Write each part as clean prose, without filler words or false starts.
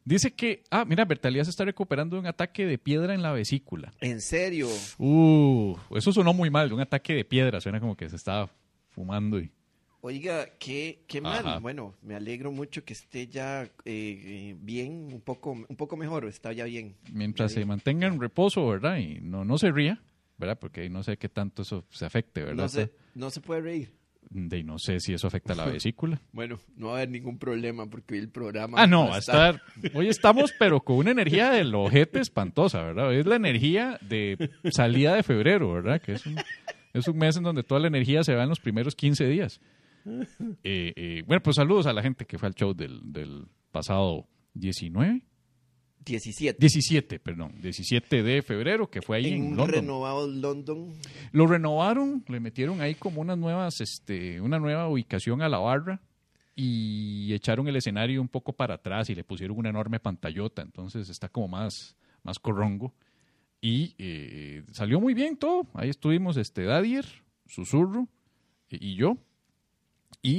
Dice que, mira, Bertalía se está recuperando de un ataque de piedra en la vesícula. ¿En serio? Eso sonó muy mal, de un ataque de piedra. Suena como que se estaba fumando y... Oiga, qué mal. Ajá. Bueno, me alegro mucho que esté ya bien, un poco mejor, o está ya bien. Mientras Ya se bien. mantenga en reposo, ¿verdad? Y no se ría, ¿verdad? Porque no sé qué tanto eso se afecte, ¿verdad? No se puede reír. No sé si eso afecta a la vesícula. Bueno, no va a haber ningún problema porque hoy el programa... Va a estar... Hoy estamos, pero con una energía del ojete espantosa, ¿verdad? Hoy es la energía de salida de febrero, ¿verdad? Que es un mes en donde toda la energía se va en los primeros 15 días. Bueno, pues saludos a la gente que fue al show del pasado 17 de febrero, que fue ahí en un London. renovado London. Lo renovaron, le metieron ahí como una nueva ubicación a la barra y echaron el escenario un poco para atrás y le pusieron una enorme pantallota, entonces está como más corrongo. Y salió muy bien todo. Ahí estuvimos Dadier, Susurro y yo. Y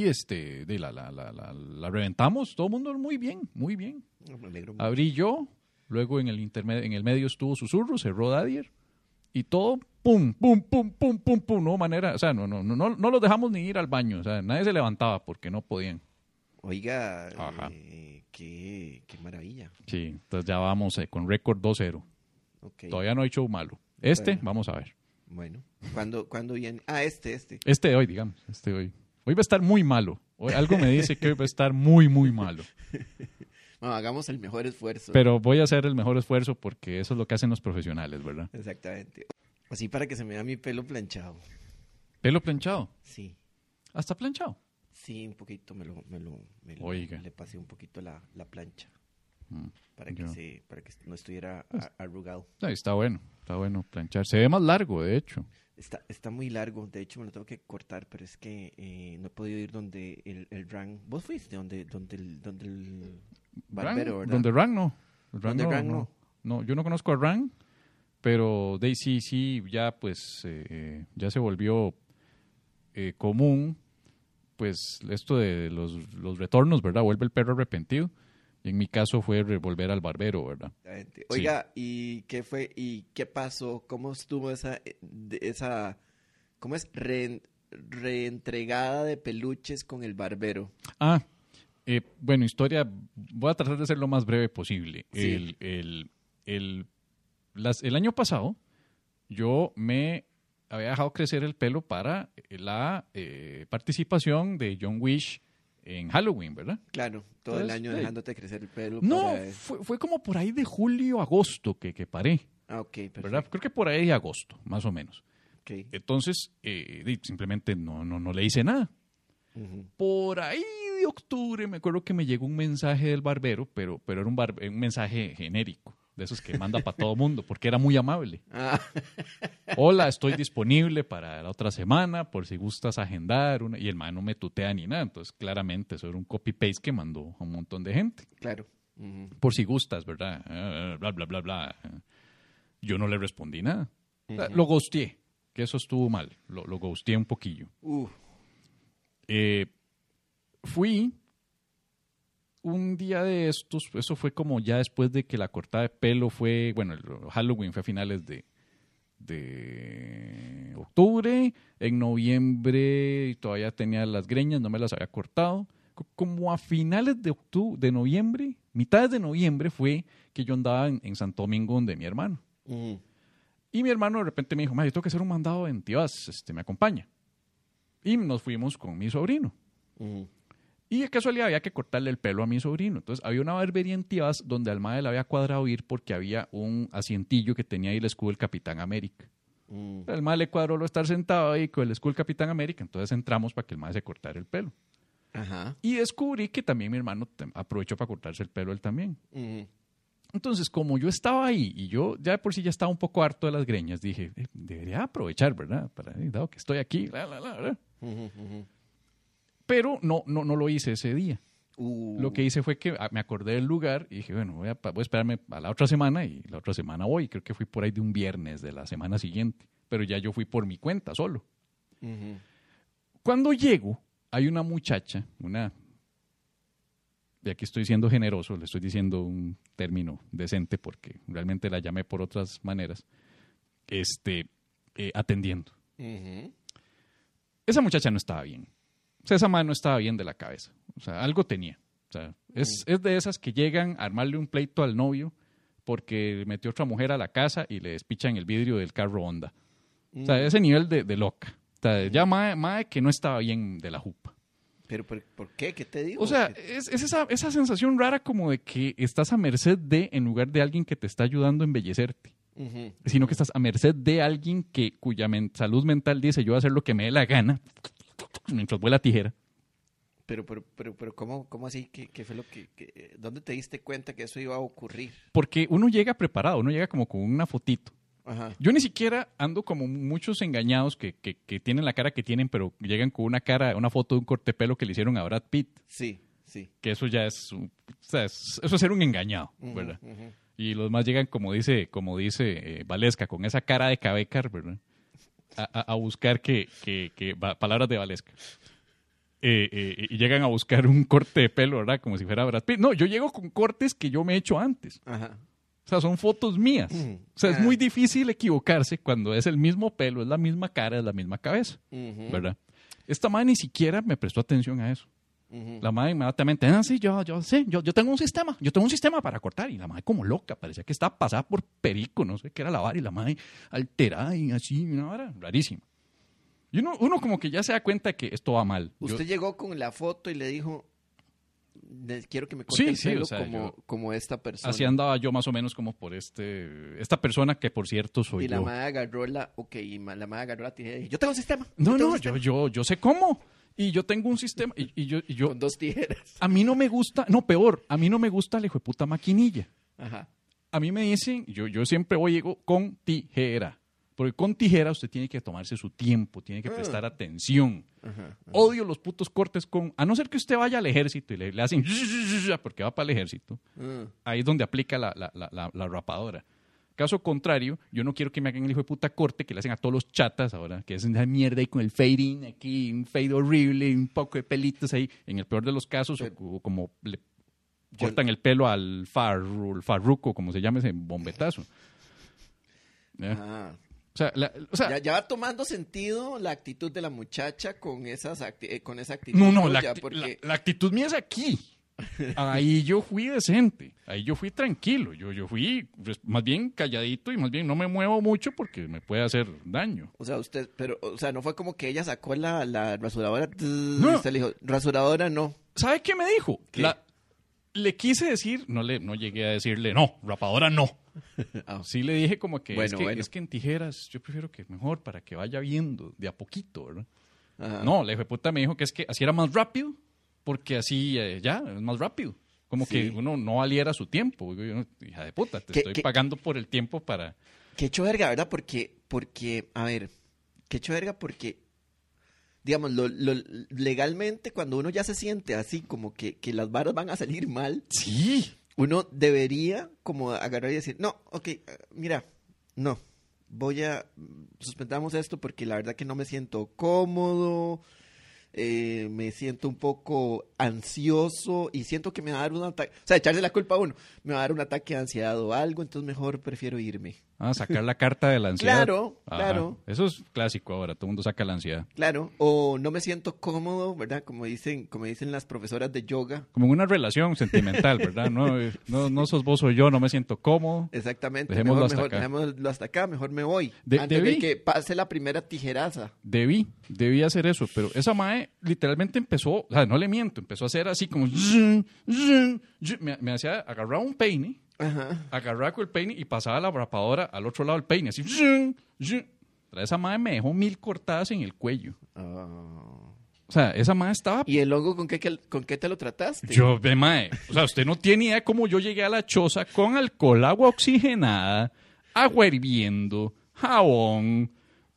la reventamos, todo el mundo muy bien, muy bien. Me alegro mucho. Abrí yo, luego en el medio estuvo Susurro, cerró Dadier y todo pum, pum, pum, pum, pum, pum, no manera, o sea, no los dejamos ni ir al baño, o sea, nadie se levantaba porque no podían. Oiga, Ajá. qué maravilla. Sí, entonces ya vamos con récord 2-0. Okay. Todavía no hay show malo. Bueno. Vamos a ver. Bueno, ¿cuándo viene? Este. Este de hoy, digamos, hoy. Hoy va a estar muy malo. Hoy, algo me dice que hoy va a estar muy, muy malo. No, hagamos el mejor esfuerzo. Pero voy a hacer el mejor esfuerzo porque eso es lo que hacen los profesionales, ¿verdad? Exactamente. Así para que se me vea mi pelo planchado. ¿Pelo planchado? Sí. ¿Hasta planchado? Sí, un poquito Oiga. le pasé un poquito la plancha para yo. que no estuviera arrugado. No, está bueno planchar. Se ve más largo, de hecho. Está muy largo, de hecho me lo tengo que cortar, pero es que no he podido ir donde el Rang. ¿Vos fuiste donde el barbero, verdad? Donde Rang no. ¿Donde Rang no? No, yo no conozco a Rang, pero de sí, ya pues ya se volvió común, pues esto de los retornos, ¿verdad? Vuelve el perro arrepentido. Y en mi caso fue volver al barbero, ¿verdad? Oiga, sí. ¿Y qué fue? ¿Y qué pasó? ¿Cómo estuvo esa cómo es reentregada de peluches con el barbero? Bueno, historia, voy a tratar de ser lo más breve posible. Sí. El año pasado yo me había dejado crecer el pelo para la participación de John Wish en Halloween, ¿verdad? Claro, todo el año dejándote crecer el pelo. No, fue como por ahí de julio, agosto que paré. Ok, perfecto. ¿Verdad? Creo que por ahí de agosto, más o menos. Okay. Entonces, simplemente no le hice nada. Uh-huh. Por ahí de octubre me acuerdo que me llegó un mensaje del barbero, pero era un mensaje genérico, de esos que manda para todo mundo, porque era muy amable. Hola, estoy disponible para la otra semana, por si gustas agendar. Y el man no me tutea ni nada, entonces claramente eso era un copy-paste que mandó a un montón de gente. Claro. Uh-huh. Por si gustas, ¿verdad? Bla, bla, bla, bla. Yo no le respondí nada. Uh-huh. Lo ghosteé, que eso estuvo mal, lo ghosteé un poquillo. Fui un día de estos, eso fue como ya después de que la cortada de pelo fue, bueno, el Halloween fue a finales de octubre, en noviembre todavía tenía las greñas, no me las había cortado. Como a finales de noviembre, mitades de noviembre fue que yo andaba en Santo Domingo donde mi hermano. Uh-huh. Y mi hermano de repente me dijo, yo tengo que hacer un mandado en Tibás, ¿me acompaña? Y nos fuimos con mi sobrino. Uh-huh. Y de casualidad había que cortarle el pelo a mi sobrino. Entonces había una barbería en Tibás donde al mae le había cuadrado ir porque había un asientillo que tenía ahí el escudo del Capitán América. El mae le cuadró lo estar sentado ahí con el escudo del Capitán América. Entonces entramos para que el mae se cortara el pelo. Ajá. Y descubrí que también mi hermano aprovechó para cortarse el pelo él también. Uh-huh. Entonces, como yo estaba ahí y yo ya de por sí ya estaba un poco harto de las greñas, dije, debería aprovechar, ¿verdad? Dado que estoy aquí, ¿verdad? Uh-huh, uh-huh. Pero no lo hice ese día. Lo que hice fue que me acordé del lugar y dije, bueno, voy a esperarme a la otra semana y la otra semana voy. Creo que fui por ahí de un viernes de la semana siguiente, pero ya yo fui por mi cuenta solo. Uh-huh. Cuando llego, hay una muchacha, y aquí estoy siendo generoso, le estoy diciendo un término decente porque realmente la llamé por otras maneras, atendiendo. Uh-huh. Esa muchacha no estaba bien. O sea, esa madre no estaba bien de la cabeza. O sea, algo tenía. O sea, es de esas que llegan a armarle un pleito al novio porque metió otra mujer a la casa y le despichan el vidrio del carro Honda. O sea, ese nivel de loca. O sea, ya madre que no estaba bien de la jupa. ¿Pero por qué? ¿Qué te digo? O sea, es esa sensación rara como de que estás a merced de, en lugar de alguien que te está ayudando a embellecerte. Uh-huh. Sino que estás a merced de alguien cuya salud mental dice, yo voy a hacer lo que me dé la gana mientras vuela tijera. Pero ¿cómo así? ¿Qué fue lo ¿dónde te diste cuenta que eso iba a ocurrir? Porque uno llega preparado, uno llega como con una fotito. Ajá. Yo ni siquiera ando como muchos engañados que tienen la cara que tienen, pero llegan con una foto de un corte de pelo que le hicieron a Brad Pitt. Sí. Que eso ya es, eso es ser un engañado, ¿verdad? Uh-huh. Y los más llegan, como dice Valesca, con esa cara de cabecar, ¿verdad? A buscar palabras de Valesca. Y llegan a buscar un corte de pelo, ¿verdad? Como si fuera Brad Pitt. No, yo llego con cortes que yo me he hecho antes. Ajá. O sea, son fotos mías. O sea, es muy difícil equivocarse cuando es el mismo pelo, es la misma cara, es la misma cabeza, ¿verdad? Esta madre ni siquiera me prestó atención a eso. La madre inmediatamente, sí, yo tengo un sistema para cortar. Y la madre como loca, parecía que estaba pasada por perico, no sé qué era la vara, y la madre alterada y así, una vara rarísima. Y uno como que ya se da cuenta que esto va mal. Usted llegó con la foto y le dijo, quiero que me corte el pelo, o sea, como esta persona. Así andaba yo más o menos como por esta persona que por cierto soy yo. Y la madre agarró la tijera y dijo, yo tengo un sistema. Yo sé cómo. Y yo tengo un sistema y yo con 2 tijeras. A mí no me gusta, peor, a mí no me gusta la hijo de puta maquinilla. Ajá. A mí me dicen, yo siempre llego con tijera. Porque con tijera usted tiene que tomarse su tiempo, tiene que prestar atención. Ajá. Odio los putos cortes a no ser que usted vaya al ejército y le hacen porque va para el ejército. Ahí es donde aplica la rapadora. Caso contrario, yo no quiero que me hagan el hijo de puta corte que le hacen a todos los chatas ahora, que hacen esa mierda ahí con el fade in aquí, un fade horrible, un poco de pelitos ahí. En el peor de los casos, o como le cortan el pelo al farruco, como se llama ese bombetazo. O sea, ya va tomando sentido la actitud de la muchacha con esa actitud. No, la actitud mía es aquí. Ahí yo fui decente, ahí yo fui tranquilo, yo fui más bien calladito y más bien no me muevo mucho porque me puede hacer daño. O sea, no fue como que ella sacó la rasuradora y usted le dijo, rasuradora no. ¿Sabe qué me dijo? Le quise decir, no llegué a decirle, no, rapadora no. Sí le dije como que, es que en tijeras yo prefiero que mejor para que vaya viendo de a poquito, ¿verdad? Ajá. No, la puta me dijo que es que así era más rápido, porque así es más rápido. Como que uno no valiera su tiempo. Hija de puta, estoy pagando por el tiempo para... Qué hecho verga, ¿verdad? Porque, a ver, qué hecho verga porque, digamos, legalmente cuando uno ya se siente así, como que las varas van a salir mal. Sí. Uno debería como agarrar y decir, no, mira, no, suspendamos esto porque la verdad que no me siento cómodo, me siento un poco ansioso y siento que me va a dar un ataque, o sea, echarle la culpa a uno, me va a dar un ataque de ansiedad o algo, entonces mejor prefiero irme. Sacar la carta de la ansiedad. Claro. Eso es clásico ahora, todo el mundo saca la ansiedad. Claro, o no me siento cómodo, ¿verdad? Como dicen las profesoras de yoga. Como en una relación sentimental, ¿verdad? No sos vos o yo, no me siento cómodo. Exactamente. Dejémoslo hasta acá, mejor me voy. Antes de que pase la primera tijeraza. Debí hacer eso, pero esa mae literalmente empezó, o sea, no le miento, empezó a hacer así como... Me hacía agarrar un peine. Ajá. Agarraba con el peine y pasaba la rapadora al otro lado del peine, así. Esa madre me dejó 1000 cortadas en el cuello. O sea, esa madre estaba... ¿Y el hongo con qué te lo trataste? Mae, o sea, usted no tiene idea cómo yo llegué a la choza con alcohol, agua oxigenada, agua hirviendo, jabón,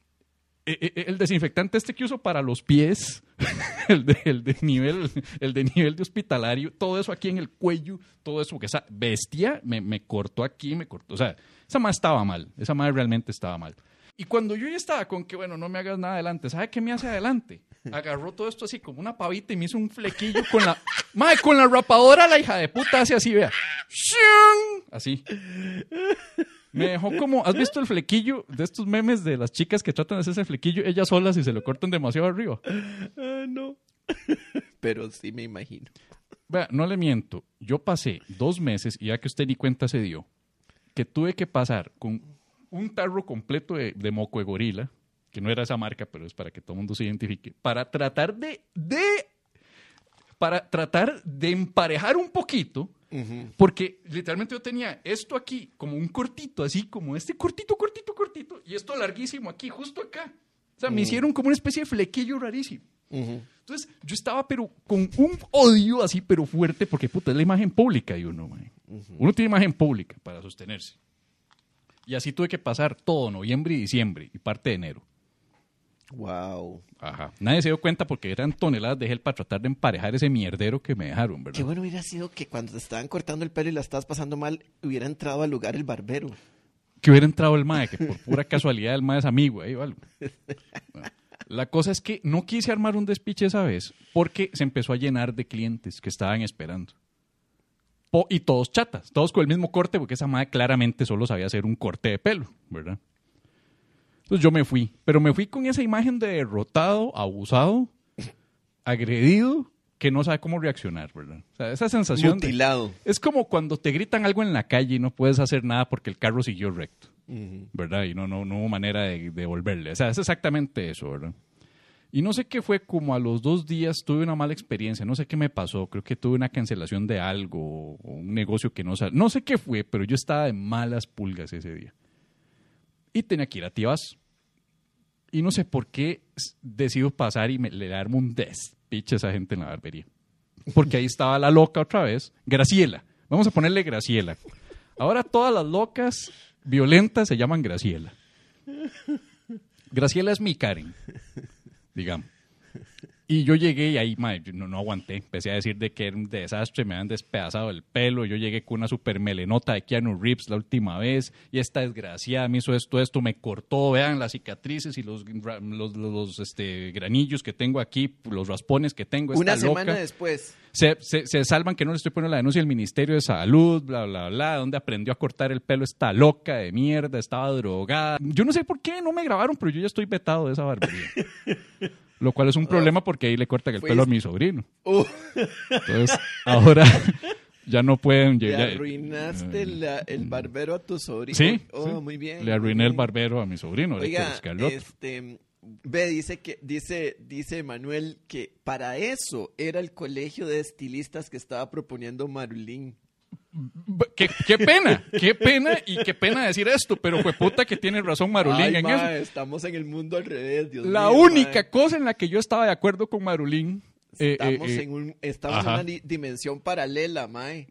el desinfectante que uso para los pies, el de nivel de hospitalario, todo eso aquí en el cuello, todo eso, porque esa bestia me cortó aquí, o sea, esa madre estaba mal, esa madre realmente estaba mal. Y cuando yo ya estaba con que, bueno, no me hagas nada adelante, ¿sabe qué me hace adelante? Agarró todo esto así como una pavita y me hizo un flequillo con la... Mae, con la rapadora la hija de puta hace así, vea. Así. Me dejó como... ¿Has visto el flequillo de estos memes de las chicas que tratan de hacerse el flequillo ellas solas y se lo cortan demasiado arriba? No. Pero sí me imagino. Vea, no le miento. Yo pasé 2 meses, y ya que usted ni cuenta se dio, que tuve que pasar con un tarro completo de moco de gorila, que no era esa marca, pero es para que todo el mundo se identifique, para tratar de emparejar un poquito, porque literalmente yo tenía esto aquí como un cortito, así como este cortito, y esto larguísimo aquí, justo acá. O sea, me hicieron como una especie de flequillo rarísimo. Entonces, yo estaba pero con un odio así, pero fuerte, porque puta, es la imagen pública de uno, man. Uno tiene imagen pública para sostenerse. Y así tuve que pasar todo noviembre y diciembre y parte de enero. Wow. Ajá. Nadie se dio cuenta porque eran toneladas de gel para tratar de emparejar ese mierdero que me dejaron, ¿verdad? Qué bueno hubiera sido que cuando te estaban cortando el pelo y la estabas pasando mal, hubiera entrado al lugar el barbero. Que hubiera entrado el mae, que por pura casualidad el mae es amigo ahí o algo. Bueno, la cosa es que no quise armar un despiche esa vez porque se empezó a llenar de clientes que estaban esperando. Y todos chatas, todos con el mismo corte, porque esa madre claramente solo sabía hacer un corte de pelo, ¿verdad? Entonces yo me fui, pero me fui con esa imagen de derrotado, abusado, agredido, que no sabe cómo reaccionar, ¿verdad? O sea, esa sensación mutilado. Es como cuando te gritan algo en la calle y no puedes hacer nada porque el carro siguió recto, ¿verdad? Y no hubo manera de devolverle. O sea, es exactamente eso, ¿verdad? Y no sé qué fue, como a los 2 días tuve una mala experiencia, no sé qué me pasó, creo que tuve una cancelación de algo o un negocio que no sé qué fue, pero yo estaba de malas pulgas ese día. Y tenía que ir a Tibás. Y no sé por qué decido pasar y le armo un despiche a esa gente en la barbería. Porque ahí estaba la loca otra vez, Graciela. Vamos a ponerle Graciela. Ahora todas las locas violentas se llaman Graciela. Graciela es mi Karen, digamos. Y yo llegué y ahí yo no aguanté. Empecé a decir de que era un desastre, me habían despedazado el pelo. Yo llegué con una super melenota de Keanu Reeves la última vez. Y esta desgraciada me hizo esto, me cortó. Vean las cicatrices y los granillos que tengo aquí, los raspones que tengo. Una semana después. Se salvan que no le estoy poniendo la denuncia del Ministerio de Salud, bla, bla, bla. ¿Dónde aprendió a cortar el pelo esta loca de mierda? Estaba drogada. Yo no sé por qué no me grabaron, pero yo ya estoy vetado de esa barbería. Lo cual es un problema porque ahí le cortan el pelo a mi sobrino. Entonces, ahora ya no pueden... Le arruinaste el barbero a tu sobrino. Sí, sí. Sí. Muy bien. Le arruiné el barbero a mi sobrino. Oiga, dice Manuel que para eso era el colegio de estilistas que estaba proponiendo Marulín. Qué pena y qué pena decir esto, pero fue puta que tiene razón Marulín en eso. Estamos en el mundo al revés, Dios La mío, única cosa en la que yo estaba de acuerdo con Marulín. Estamos en una dimensión paralela, mae.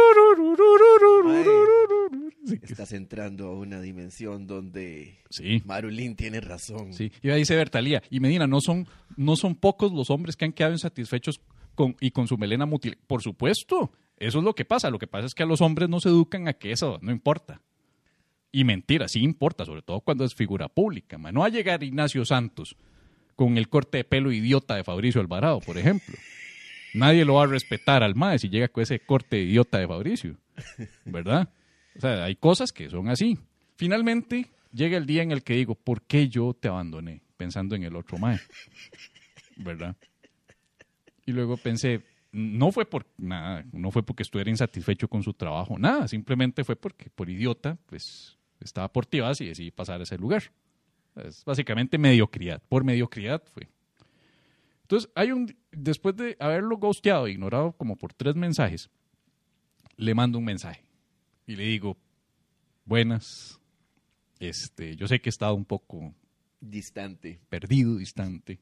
Estás entrando a una dimensión donde Marulín tiene razón. Sí, y ahí dice Bertalía. Y Medina, no son pocos los hombres que han quedado insatisfechos con su melena mutilada. Por supuesto. Eso es lo que pasa. Lo que pasa es que a los hombres no se educan a que eso no importa. Y mentira, sí importa, sobre todo cuando es figura pública. No va a llegar Ignacio Santos con el corte de pelo idiota de Fabricio Alvarado, por ejemplo. Nadie lo va a respetar al mae si llega con ese corte idiota de Fabricio. ¿Verdad? O sea, hay cosas que son así. Finalmente, llega el día en el que digo, ¿por qué yo te abandoné? Pensando en el otro mae. ¿Verdad? Y luego pensé... No fue por nada, no fue porque estuviera insatisfecho con su trabajo, nada, simplemente fue porque por idiota, pues estaba por Tibás y decidí pasar a ese lugar. Es básicamente mediocridad, por mediocridad fue. Entonces, después de haberlo ghosteado, ignorado como por 3 mensajes, le mando un mensaje y le digo, buenas, yo sé que he estado un poco distante, perdido, distante.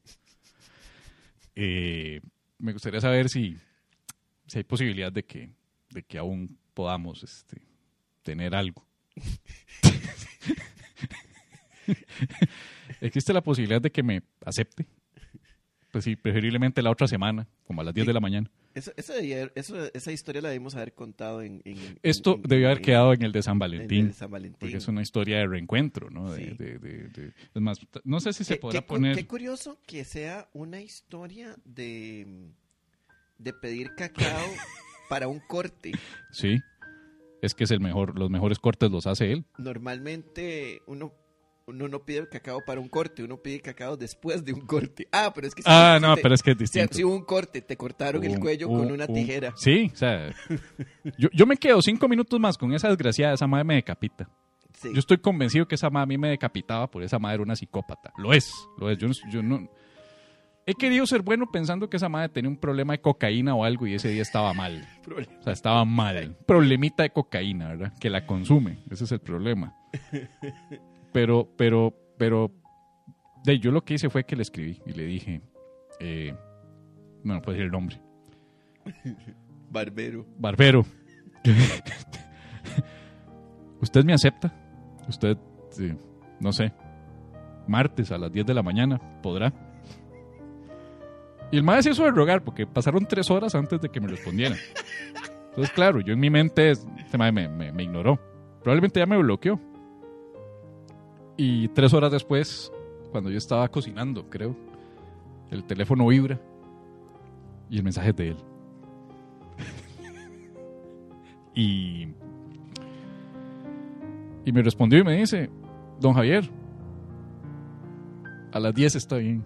Me gustaría saber si hay posibilidad de que aún podamos tener algo. ¿Existe la posibilidad de que me acepte? Pues sí, preferiblemente la otra semana, como a las 10 de la mañana. Esa historia la debimos haber contado Esto debió haber quedado en el de San Valentín. En el de San Valentín. Porque es una historia de reencuentro, ¿no? Sí. Es más, no sé si se podrá poner... Qué curioso que sea una historia de pedir cacao para un corte. Sí. Es que es los mejores cortes los hace él. Normalmente uno no pide el cacao para un corte, uno pide cacao después de un corte. Pero es que... pero es que es distinto. Si hubo un corte, te cortaron el cuello con una tijera. Sí, o sea... yo me quedo 5 minutos más con esa desgraciada, esa madre me decapita. Sí. Yo estoy convencido que esa madre a mí me decapitaba por esa madre era una psicópata. Lo es. Yo no... He querido ser bueno pensando que esa madre tenía un problema de cocaína o algo y ese día estaba mal. O sea, estaba mal. Problemita de cocaína, ¿verdad? Que la consume. Ese es el problema. Pero yo lo que hice fue que le escribí y le dije, no puedo decir el nombre. Barbero. ¿Usted me acepta? Usted, no sé, martes a las 10 de la mañana, ¿podrá? Y el mae se hizo de rogar porque pasaron 3 horas antes de que me respondiera. Entonces, claro, yo en mi mente, este mae me ignoró. Probablemente ya me bloqueó. Y 3 horas después, cuando yo estaba cocinando, creo, el teléfono vibra y el mensaje es de él. y me respondió y me dice, don Javier, a las 10 está bien.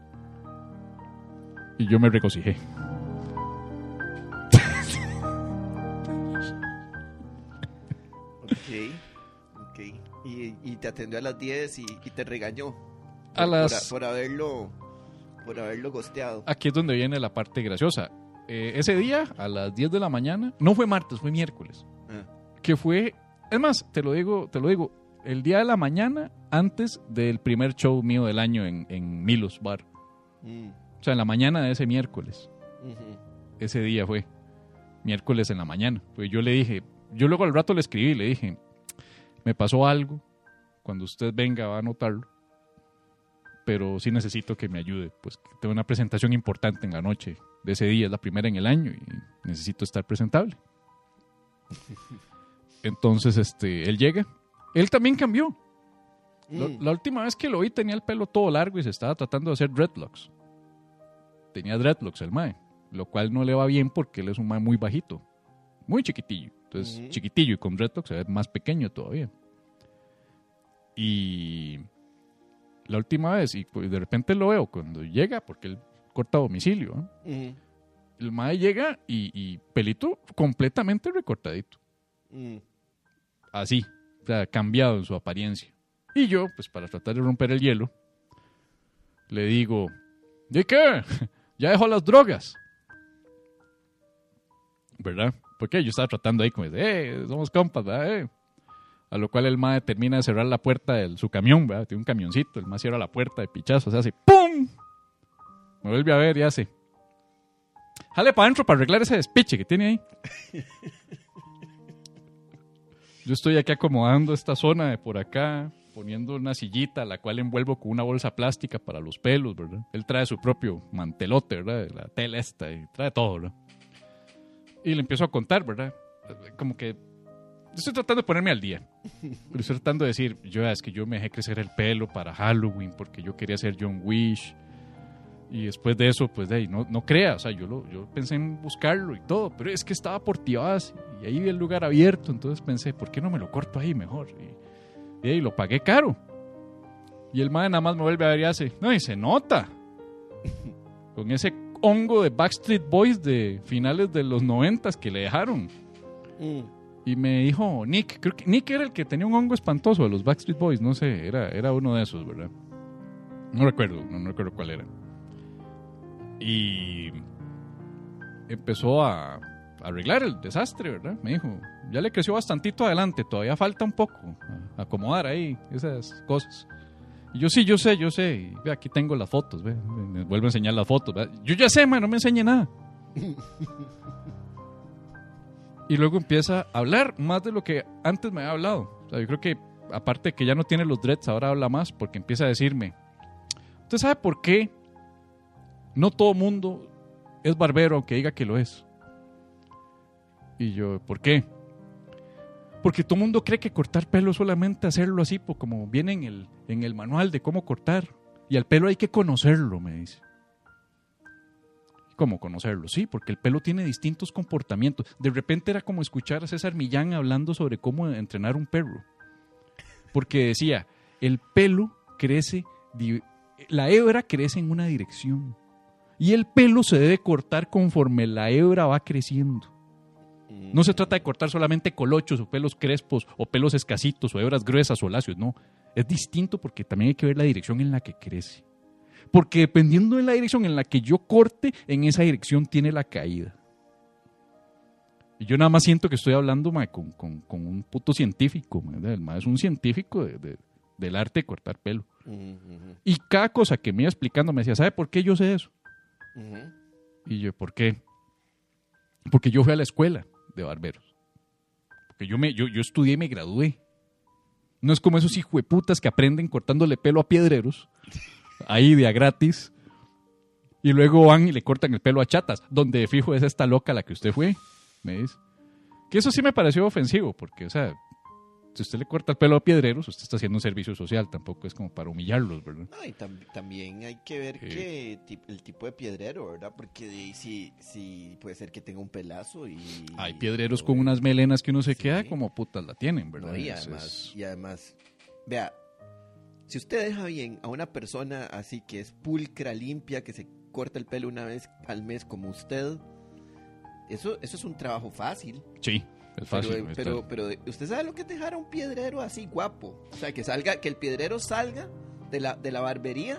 Y yo me regocijé. Ok. Y te atendió a las 10 y te regañó por haberlo gosteado. Aquí es donde viene la parte graciosa. Ese día, a las 10 de la mañana, no fue martes, fue miércoles. Que fue, es más, te lo digo, el día de la mañana antes del primer show mío del año en Milos Bar. O sea, en la mañana de ese miércoles. Uh-huh. Ese día fue miércoles en la mañana. Pues yo le dije, yo luego al rato le escribí y le dije, me pasó algo, cuando usted venga va a notarlo, pero sí necesito que me ayude, pues tengo una presentación importante en la noche de ese día, es la primera en el año y necesito estar presentable. Entonces, él llega, él también cambió. La última vez que lo vi tenía el pelo todo largo y se estaba tratando de hacer dreadlocks. Tenía dreadlocks el mae, lo cual no le va bien porque él es un mae muy bajito, muy chiquitillo. Entonces, chiquitillo y con dreadlocks se ve más pequeño todavía. Y la última vez, y pues de repente lo veo cuando llega, porque él corta a domicilio, ¿eh? El mae llega y pelito completamente recortadito. Así, o sea, cambiado en su apariencia. Y yo, pues para tratar de romper el hielo, le digo, ¿de qué? Ya dejó las drogas. ¿Verdad? Porque yo estaba tratando ahí como, somos compas, ¿verdad? A lo cual el mae termina de cerrar la puerta de su camión, ¿verdad? Tiene un camioncito, el mae cierra la puerta de pichazo, se hace ¡pum! Me vuelve a ver y hace, jale para adentro para arreglar ese despiche que tiene ahí. Yo estoy aquí acomodando esta zona de por acá, poniendo una sillita, la cual envuelvo con una bolsa plástica para los pelos, ¿verdad? Él trae su propio mantelote, ¿verdad? La tela esta, y trae todo, ¿verdad? Y le empiezo a contar, ¿verdad? Como que estoy tratando de ponerme al día. Pero estoy tratando de decir, es que yo me dejé crecer el pelo para Halloween porque yo quería ser John Wish. Y después de eso, pues no crea, o sea, yo pensé en buscarlo y todo, pero es que estaba por Tibás y ahí vi el lugar abierto, entonces pensé, ¿por qué no me lo corto ahí mejor? Y lo pagué caro. Y el mae nada más me vuelve a ver y hace, no, y se nota. Con ese hongo de Backstreet Boys de finales de los 90s que le dejaron. Y me dijo Nick, creo que Nick era el que tenía un hongo espantoso de los Backstreet Boys, no sé, era uno de esos, ¿verdad? No recuerdo cuál era. Y empezó a arreglar el desastre, ¿verdad? Me dijo, ya le creció bastantito adelante, todavía falta un poco a acomodar ahí esas cosas. Y yo sí, yo sé, y ve, aquí tengo las fotos, ve, me vuelvo a enseñar las fotos, ¿verdad? Yo ya sé, man, no me enseñe nada. Y luego empieza a hablar más de lo que antes me había hablado. O sea, yo creo que aparte de que ya no tiene los dreads, ahora habla más porque empieza a decirme, ¿usted sabe por qué no todo mundo es barbero aunque diga que lo es. Y yo, ¿por qué? Porque todo el mundo cree que cortar pelo es solamente hacerlo así, como viene en el manual de cómo cortar. Y al pelo hay que conocerlo, me dice. ¿Cómo conocerlo? Sí, porque el pelo tiene distintos comportamientos. De repente era como escuchar a César Millán hablando sobre cómo entrenar un perro. Porque decía, el pelo crece, la hebra crece en una dirección. Y el pelo se debe cortar conforme la hebra va creciendo. No se trata de cortar solamente colochos o pelos crespos o pelos escasitos o hebras gruesas o lacios, no. Es distinto porque también hay que ver la dirección en la que crece. Porque dependiendo de la dirección en la que yo corte, en esa dirección tiene la caída. Y yo nada más siento que estoy hablando con un puto científico. El mae es un científico del arte de cortar pelo. Y cada cosa que me iba explicando me decía, ¿sabe por qué yo sé eso? Y yo, ¿por qué? Porque yo fui a la escuela de barberos. Porque yo estudié y me gradué. No es como esos hijueputas que aprenden cortándole pelo a piedreros, ahí de a gratis, y luego van y le cortan el pelo a chatas, donde de fijo es esta loca a la que usted fue, me dice. Que eso sí me pareció ofensivo, porque, o sea, si usted le corta el pelo a piedreros, usted está haciendo un servicio social, tampoco es como para humillarlos, ¿verdad? No, y también hay que ver que el tipo de piedrero, ¿verdad? Porque sí puede ser que tenga un pelazo y... Hay piedreros con unas melenas que uno se queda como putas la tienen, ¿verdad? No, y además, vea, si usted deja bien a una persona así que es pulcra, limpia, que se corta el pelo una vez al mes como usted, eso es un trabajo fácil. Sí. Es fácil, pero usted sabe lo que es dejar a un piedrero así guapo. O sea, que el piedrero salga de la barbería,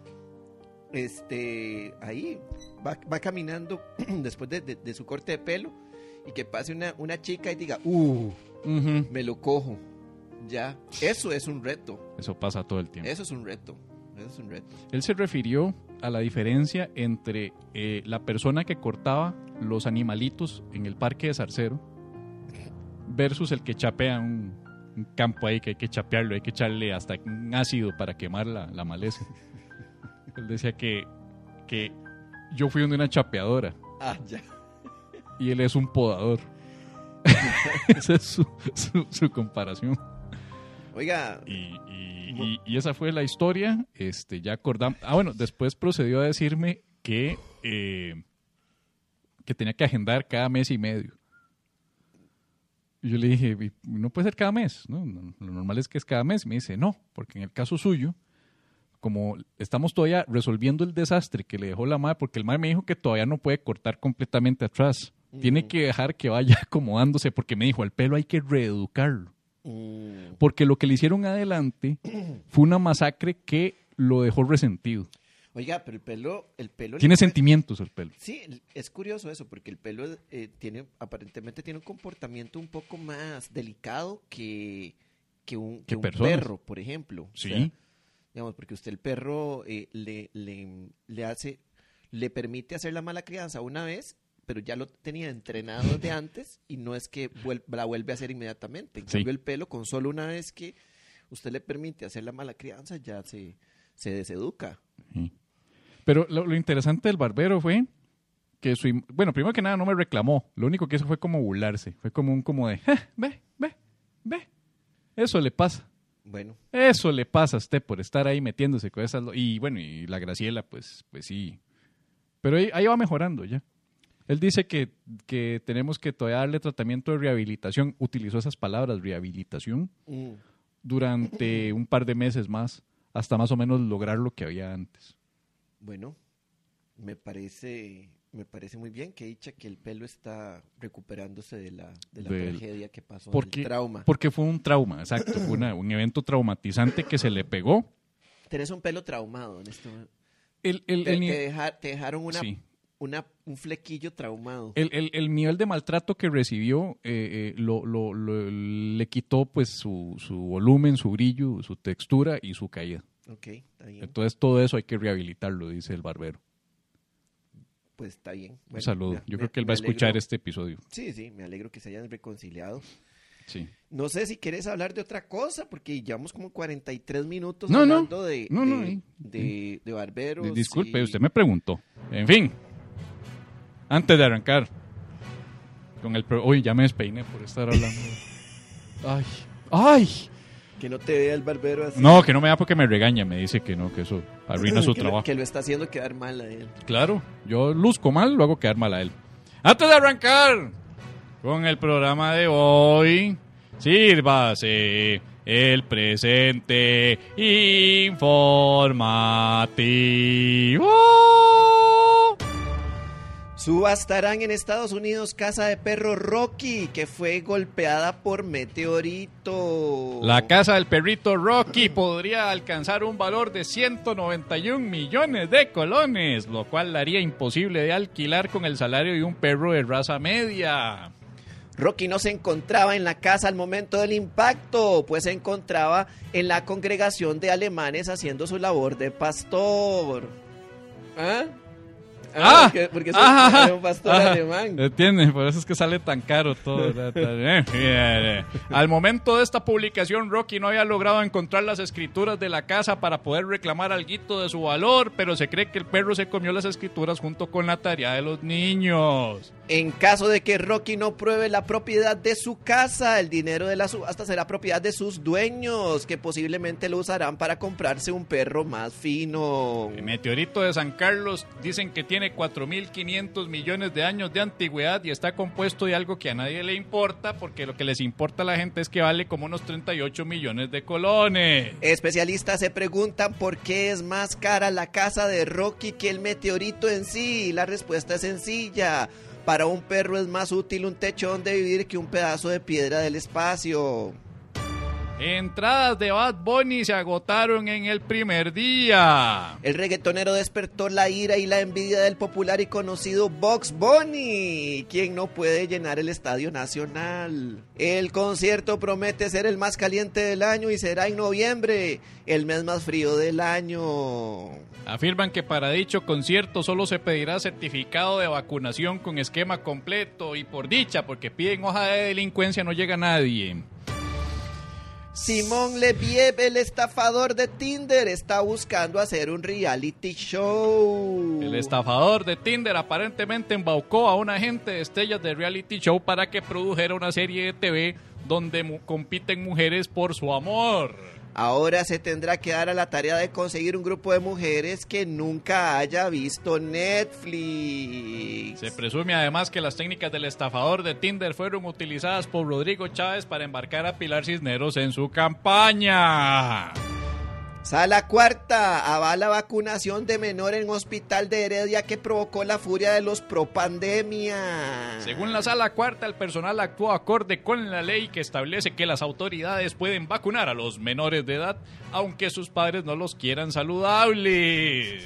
ahí va caminando después de su corte de pelo y que pase una chica y diga, me lo cojo. Ya, eso es un reto. Eso pasa todo el tiempo. Eso es un reto. Él se refirió a la diferencia entre la persona que cortaba los animalitos en el parque de Zarcero versus el que chapea un campo ahí que hay que chapearlo, hay que echarle hasta un ácido para quemar la maleza. Él decía que yo fui donde una chapeadora. Ya. Y él es un podador. Esa es su comparación. Oiga. Y esa fue la historia. Ya acordamos. Bueno, después procedió a decirme que tenía que agendar cada mes y medio. Y yo le dije, no puede ser cada mes, ¿no? Lo normal es que es cada mes. Me dice, no, porque en el caso suyo, como estamos todavía resolviendo el desastre que le dejó la madre, porque el madre me dijo que todavía no puede cortar completamente atrás. Tiene que dejar que vaya acomodándose, porque me dijo, el pelo hay que reeducarlo. Porque lo que le hicieron adelante fue una masacre que lo dejó resentido. Oiga, pero el pelo tiene sentimientos el pelo. Sí, es curioso eso, porque el pelo aparentemente tiene un comportamiento un poco más delicado que un perro, por ejemplo. Sí. O sea, digamos, porque usted el perro le permite hacer la mala crianza una vez, pero ya lo tenía entrenado desde antes y no es que la vuelve a hacer inmediatamente. En cambio, el pelo, con solo una vez que usted le permite hacer la mala crianza, ya se deseduca. Sí. Pero lo interesante del barbero fue que primero que nada no me reclamó. Lo único que hizo fue como burlarse. Fue como de, ve. Eso le pasa. Bueno. Eso le pasa a usted por estar ahí metiéndose con esas... Y bueno, y la Graciela, pues sí. Pero ahí va mejorando ya. Él dice que tenemos que todavía darle tratamiento de rehabilitación. Utilizó esas palabras, rehabilitación, durante un par de meses más, hasta más o menos lograr lo que había antes. Bueno, me parece muy bien, que dicha que el pelo está recuperándose de la tragedia que pasó, del trauma. Porque fue un trauma, exacto, fue un evento traumatizante que se le pegó. Tenés un pelo traumado en este momento. Te dejaron un flequillo traumado. El nivel de maltrato que recibió le quitó pues su volumen, su brillo, su textura y su caída. Ok, está bien. Entonces todo eso hay que rehabilitarlo, dice el barbero. Pues está bien. Bueno, un saludo. Yo creo que él va a escuchar este episodio. Sí, me alegro que se hayan reconciliado. Sí. No sé si quieres hablar de otra cosa, porque llevamos como 43 minutos hablando de barberos. Disculpe, usted me preguntó. En fin. Antes de arrancar. Uy, ya me despeiné por estar hablando. ¡Ay! Que no te vea el barbero así. No, que no me da porque me regaña. Me dice que no, que eso arruina su trabajo. Que lo está haciendo quedar mal a él. Claro, yo luzco mal, lo hago quedar mal a él. Antes de arrancar con el programa de hoy, sírvase el presente informativo. Subastarán en Estados Unidos casa de perro Rocky, que fue golpeada por meteorito. La casa del perrito Rocky podría alcanzar un valor de 191 millones de colones, lo cual la haría imposible de alquilar con el salario de un perro de raza media. Rocky no se encontraba en la casa al momento del impacto, pues se encontraba en la congregación de alemanes haciendo su labor de pastor. ¿Ah? Porque soy un pastor alemán. ¿Entiendes? Por eso es que sale tan caro todo. Al momento de esta publicación, Rocky no había logrado encontrar las escrituras de la casa para poder reclamar alguito de su valor, pero se cree que el perro se comió las escrituras junto con la tarea de los niños. En caso de que Rocky no pruebe la propiedad de su casa, el dinero de la subasta será propiedad de sus dueños, que posiblemente lo usarán para comprarse un perro más fino. El meteorito de San Carlos dicen que tiene 4.500 millones de años de antigüedad y está compuesto de algo que a nadie le importa, porque lo que les importa a la gente es que vale como unos 38 millones de colones. Especialistas se preguntan por qué es más cara la casa de Rocky que el meteorito en sí. La respuesta es sencilla. Para un perro es más útil un techo donde vivir que un pedazo de piedra del espacio. Entradas de Bad Bunny se agotaron en el primer día. El reggaetonero despertó la ira y la envidia del popular y conocido Bugs Bunny, quien no puede llenar el Estadio Nacional. El concierto promete ser el más caliente del año y será en noviembre, el mes más frío del año. Afirman que para dicho concierto solo se pedirá certificado de vacunación con esquema completo y por dicha, porque piden hoja de delincuencia, no llega nadie. Simón Leviev, el estafador de Tinder, está buscando hacer un reality show. El estafador de Tinder aparentemente embaucó a un agente de estrellas de reality show para que produjera una serie de TV donde compiten mujeres por su amor. Ahora se tendrá que dar a la tarea de conseguir un grupo de mujeres que nunca haya visto Netflix. Se presume además que las técnicas del estafador de Tinder fueron utilizadas por Rodrigo Chávez para embarcar a Pilar Cisneros en su campaña. Sala cuarta, avala vacunación de menor en hospital de Heredia que provocó la furia de los pro pandemia. Según la sala cuarta, el personal actuó acorde con la ley que establece que las autoridades pueden vacunar a los menores de edad, aunque sus padres no los quieran saludables.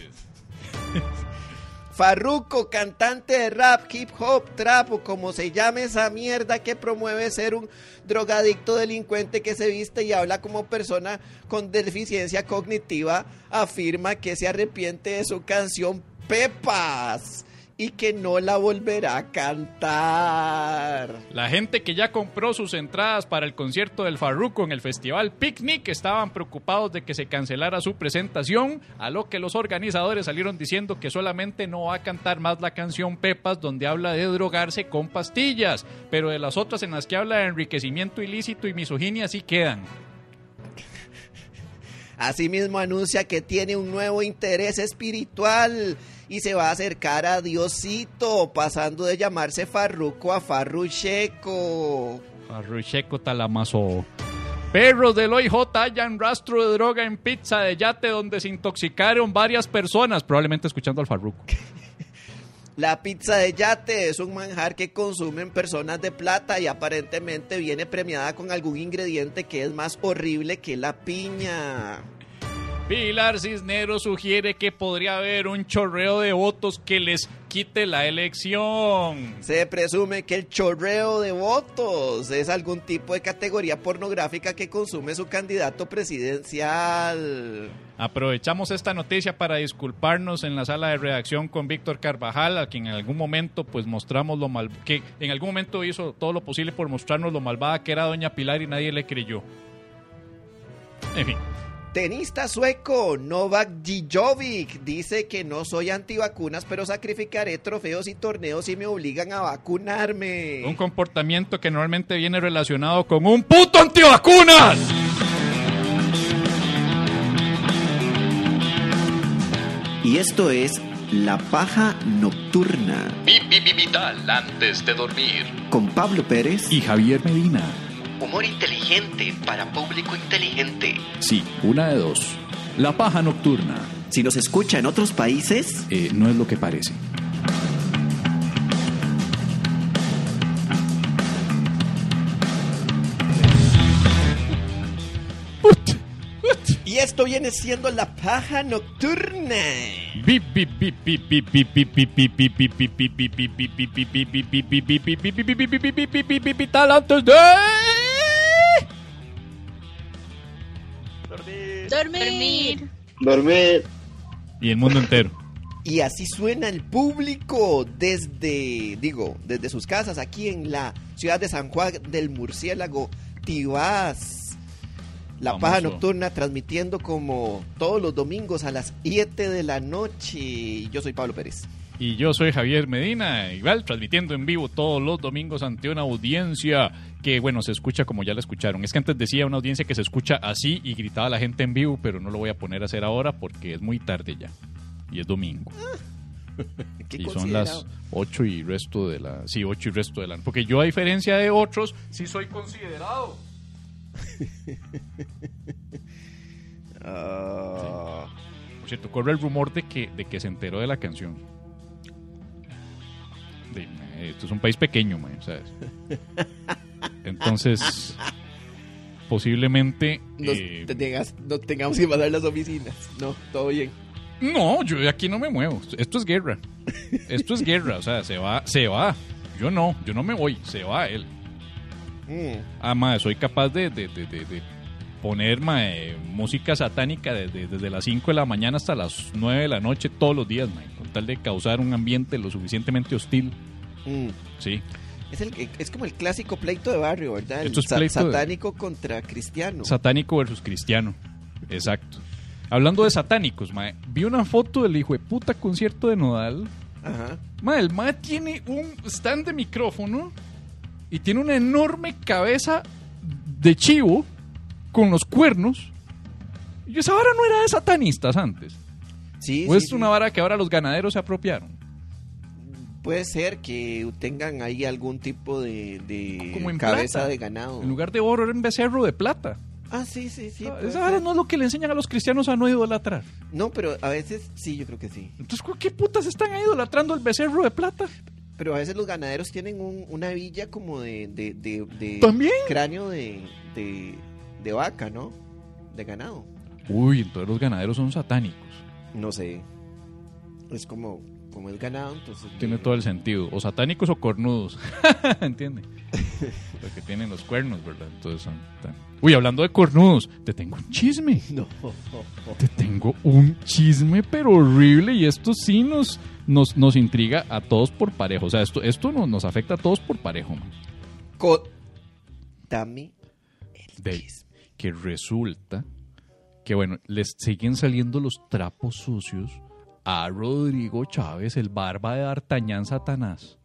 Farruko, cantante de rap, hip hop, trap o como se llame esa mierda que promueve ser un drogadicto delincuente que se viste y habla como persona con deficiencia cognitiva, afirma que se arrepiente de su canción Pepas y que no la volverá a cantar. La gente que ya compró sus entradas para el concierto del Farruko en el festival Picnic estaban preocupados de que se cancelara su presentación, a lo que los organizadores salieron diciendo que solamente no va a cantar más la canción Pepas, donde habla de drogarse con pastillas, pero de las otras en las que habla de enriquecimiento ilícito y misoginia sí quedan. Asimismo anuncia que tiene un nuevo interés espiritual y se va a acercar a Diosito, pasando de llamarse Farruko a Farrucheco. Farrucheco Talamazo. Perros del OIJ hallan rastro de droga en pizza de yate donde se intoxicaron varias personas, probablemente escuchando al Farruko. La pizza de yate es un manjar que consumen personas de plata y aparentemente viene premiada con algún ingrediente que es más horrible que la piña. Pilar Cisneros sugiere que podría haber un chorreo de votos que les quite la elección. Se presume que el chorreo de votos es algún tipo de categoría pornográfica que consume su candidato presidencial. Aprovechamos esta noticia para disculparnos en la sala de redacción con Víctor Carvajal, a quien en algún momento pues mostramos que en algún momento hizo todo lo posible por mostrarnos lo malvada que era doña Pilar y nadie le creyó. En fin. Tenista sueco Novak Djokovic dice que no soy antivacunas, pero sacrificaré trofeos y torneos si me obligan a vacunarme. Un comportamiento que normalmente viene relacionado con un puto antivacunas. Y esto es La Paja Nocturna. Vital antes de dormir. Con Pablo Pérez Y Javier Medina. humor inteligente para público inteligente. Sí, una de dos. La paja nocturna. Si nos escucha en otros países, No es lo que parece. y esto viene siendo La Paja Nocturna. Vital antes de Dormir. y el mundo entero. Y así suena el público desde sus casas, aquí en la ciudad de San Juan del Murciélago, Tibás. La Famoso. Paja Nocturna transmitiendo como todos los domingos a las 7 de la noche. Yo soy Pablo Pérez. Y yo soy Javier Medina, igual transmitiendo en vivo todos los domingos ante una audiencia que, bueno, se escucha como ya la escucharon. Es que antes decía una audiencia que se escucha así y gritaba la gente en vivo, pero no lo voy a poner a hacer ahora porque es muy tarde ya. Y es domingo. ¿Qué Y son considerado? las 8 y resto de la... Sí, 8 y resto de la... Porque yo, a diferencia de otros, sí soy considerado. Por cierto, corre el rumor de que se enteró de la canción. Esto es un país pequeño, man, ¿sabes? Entonces, posiblemente... No tengamos que pasar las oficinas. No, todo bien. No, yo de aquí no me muevo. Esto es guerra. Esto es guerra, o sea, se va. Yo no me voy, se va él. Mae, soy capaz de poner música satánica desde las 5 de la mañana hasta las 9 de la noche todos los días, mae, con tal de causar un ambiente lo suficientemente hostil. Sí. Es como el clásico pleito de barrio, ¿verdad? Esto es pleito satánico contra cristiano. Satánico versus cristiano. Exacto. Hablando de satánicos, mae, vi una foto del hijo de puta concierto de Nodal. Ajá. Mae, el mae tiene un stand de micrófono y tiene una enorme cabeza de chivo con los cuernos. Y esa vara no era de satanistas antes. Sí, ¿O sí, es una vara que ahora los ganaderos se apropiaron? Puede ser que tengan ahí algún tipo de Como en cabeza plata. de ganado. En lugar de oro era un becerro de plata. Ah, sí. puede Esa vara ser. no es lo que le enseñan a los cristianos a no idolatrar. No, pero a veces sí, yo creo que sí. Entonces, ¿qué putas están ahí idolatrando el becerro de plata? Pero a veces los ganaderos tienen una villa como de ¿También? cráneo de vaca, ¿no? De ganado. Uy, entonces los ganaderos son satánicos. No sé. Es como es ganado, entonces... Tiene todo el sentido. O satánicos o cornudos. ¿Entiende? Porque tienen los cuernos, ¿verdad? Entonces son Uy, hablando de cornudos, te tengo un chisme. No. Te tengo un chisme, pero horrible. Y esto sí nos intriga a todos por parejo. O sea, esto nos afecta a todos por parejo, man. Dame el De chisme. que resulta que, bueno, les siguen saliendo los trapos sucios a Rodrigo Chávez, el barba de D'Artagnan Satanás.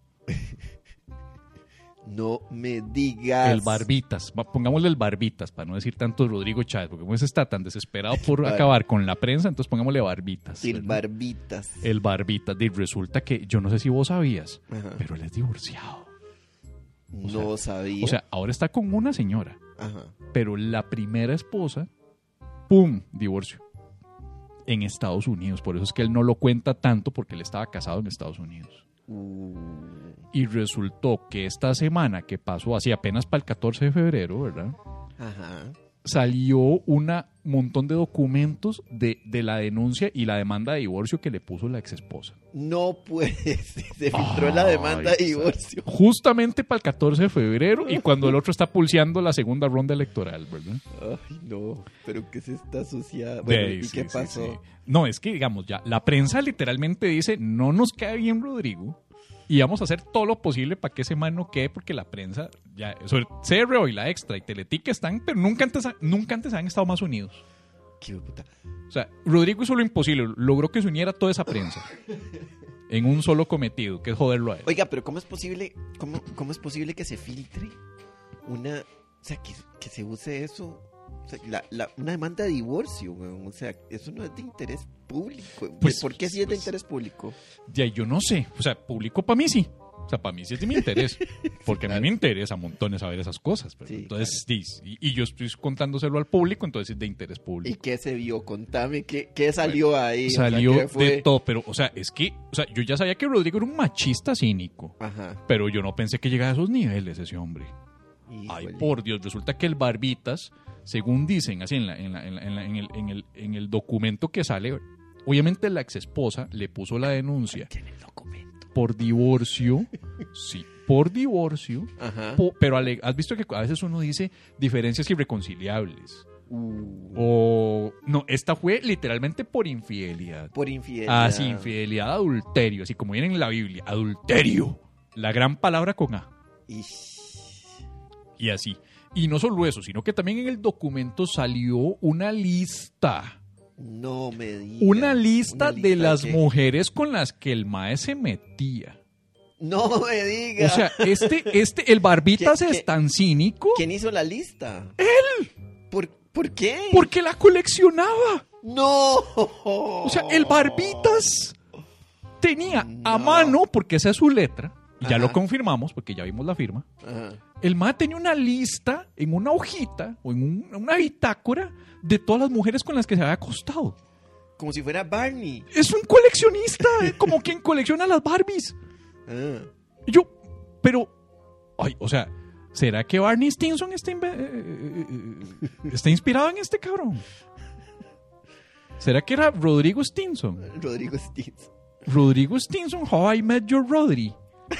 No me digas. El Barbitas. Pongámosle el Barbitas, para no decir tanto Rodrigo Chávez, porque como ese está tan desesperado por acabar con la prensa, entonces pongámosle Barbitas. El ¿verdad? Barbitas. El Barbitas. Y resulta que, yo no sé si vos sabías, Ajá. pero él es divorciado. No sabía. O sea, ahora está con una señora, Ajá. pero la primera esposa, ¡pum!, divorcio. En Estados Unidos. Por eso es que él no lo cuenta tanto, porque él estaba casado en Estados Unidos. Y resultó que esta semana que pasó, así apenas para el 14 de febrero, ¿verdad? Ajá. Salió un montón de documentos de la denuncia y la demanda de divorcio que le puso la exesposa. No puede ser. Se filtró la demanda de divorcio. Justamente para el 14 de febrero y cuando el otro está pulseando la segunda ronda electoral, ¿verdad? Ay, no. Pero que se está asociada. Bueno, ¿y qué pasó? Sí. No, es que, digamos, ya la prensa literalmente dice, no nos cae bien Rodrigo y vamos a hacer todo lo posible para que ese man no quede, porque la prensa, ya, sobre CRO y la Extra y Teletica están, pero nunca antes han estado más unidos. Qué puta. O sea, Rodrigo hizo lo imposible, logró que se uniera toda esa prensa en un solo cometido, que es joderlo a él. Oiga, pero ¿cómo es posible que se filtre una, o sea, que se use eso? O sea, una demanda de divorcio, weón. O sea, eso no es de interés público. Pues, ¿por qué sí es de interés público? Ya, yo no sé. O sea, público para mí sí. O sea, para mí sí es de mi interés. Porque a mí me interesa montones saber esas cosas. Pero Sí, entonces, y yo estoy contándoselo al público, entonces es de interés ¿Y público. qué se vio? Contame, ¿qué salió ahí? Salió O sea, ¿qué fue? de todo, pero, o sea, es que, o sea, yo ya sabía que Rodrigo era un machista cínico. Ajá. Pero yo no pensé que llegara a esos niveles ese hombre. Ay, Híjole. por Dios, resulta que el Barbitas, según dicen, así en el documento que sale, obviamente la exesposa le puso la denuncia Tiene el documento. por divorcio, sí, por divorcio, Ajá. pero has visto que a veces uno dice diferencias irreconciliables. O no, esta fue literalmente por infidelidad. Por infidelidad. Ah, sí, infidelidad, adulterio, así como viene en la Biblia, adulterio, la gran palabra con A. Ish. Y así. Y no solo eso, sino que también en el documento salió una lista. No me digas. Una lista de las qué? mujeres con las que el mae se metía. No me digas. O sea, el Barbitas ¿Qué- qué? es tan cínico ¿Quién hizo la lista? ¡Él! ¿Por qué? porque la coleccionaba. ¡No! O sea, el Barbitas tenía a No. mano, porque esa es su letra, y ya Ajá. lo confirmamos, porque ya vimos la firma. Ajá. El mae tenía una lista en una hojita o en una bitácora de todas las mujeres con las que se había acostado. Como si fuera Barney. Es un coleccionista, como quien colecciona las Barbies. Ah. Y yo, pero, ay, o sea, ¿será que Barney Stinson está inspirado en este cabrón? ¿Será que era Rodrigo Stinson? Rodrigo Stitz. Rodrigo Stinson, How I Met Your Rodri.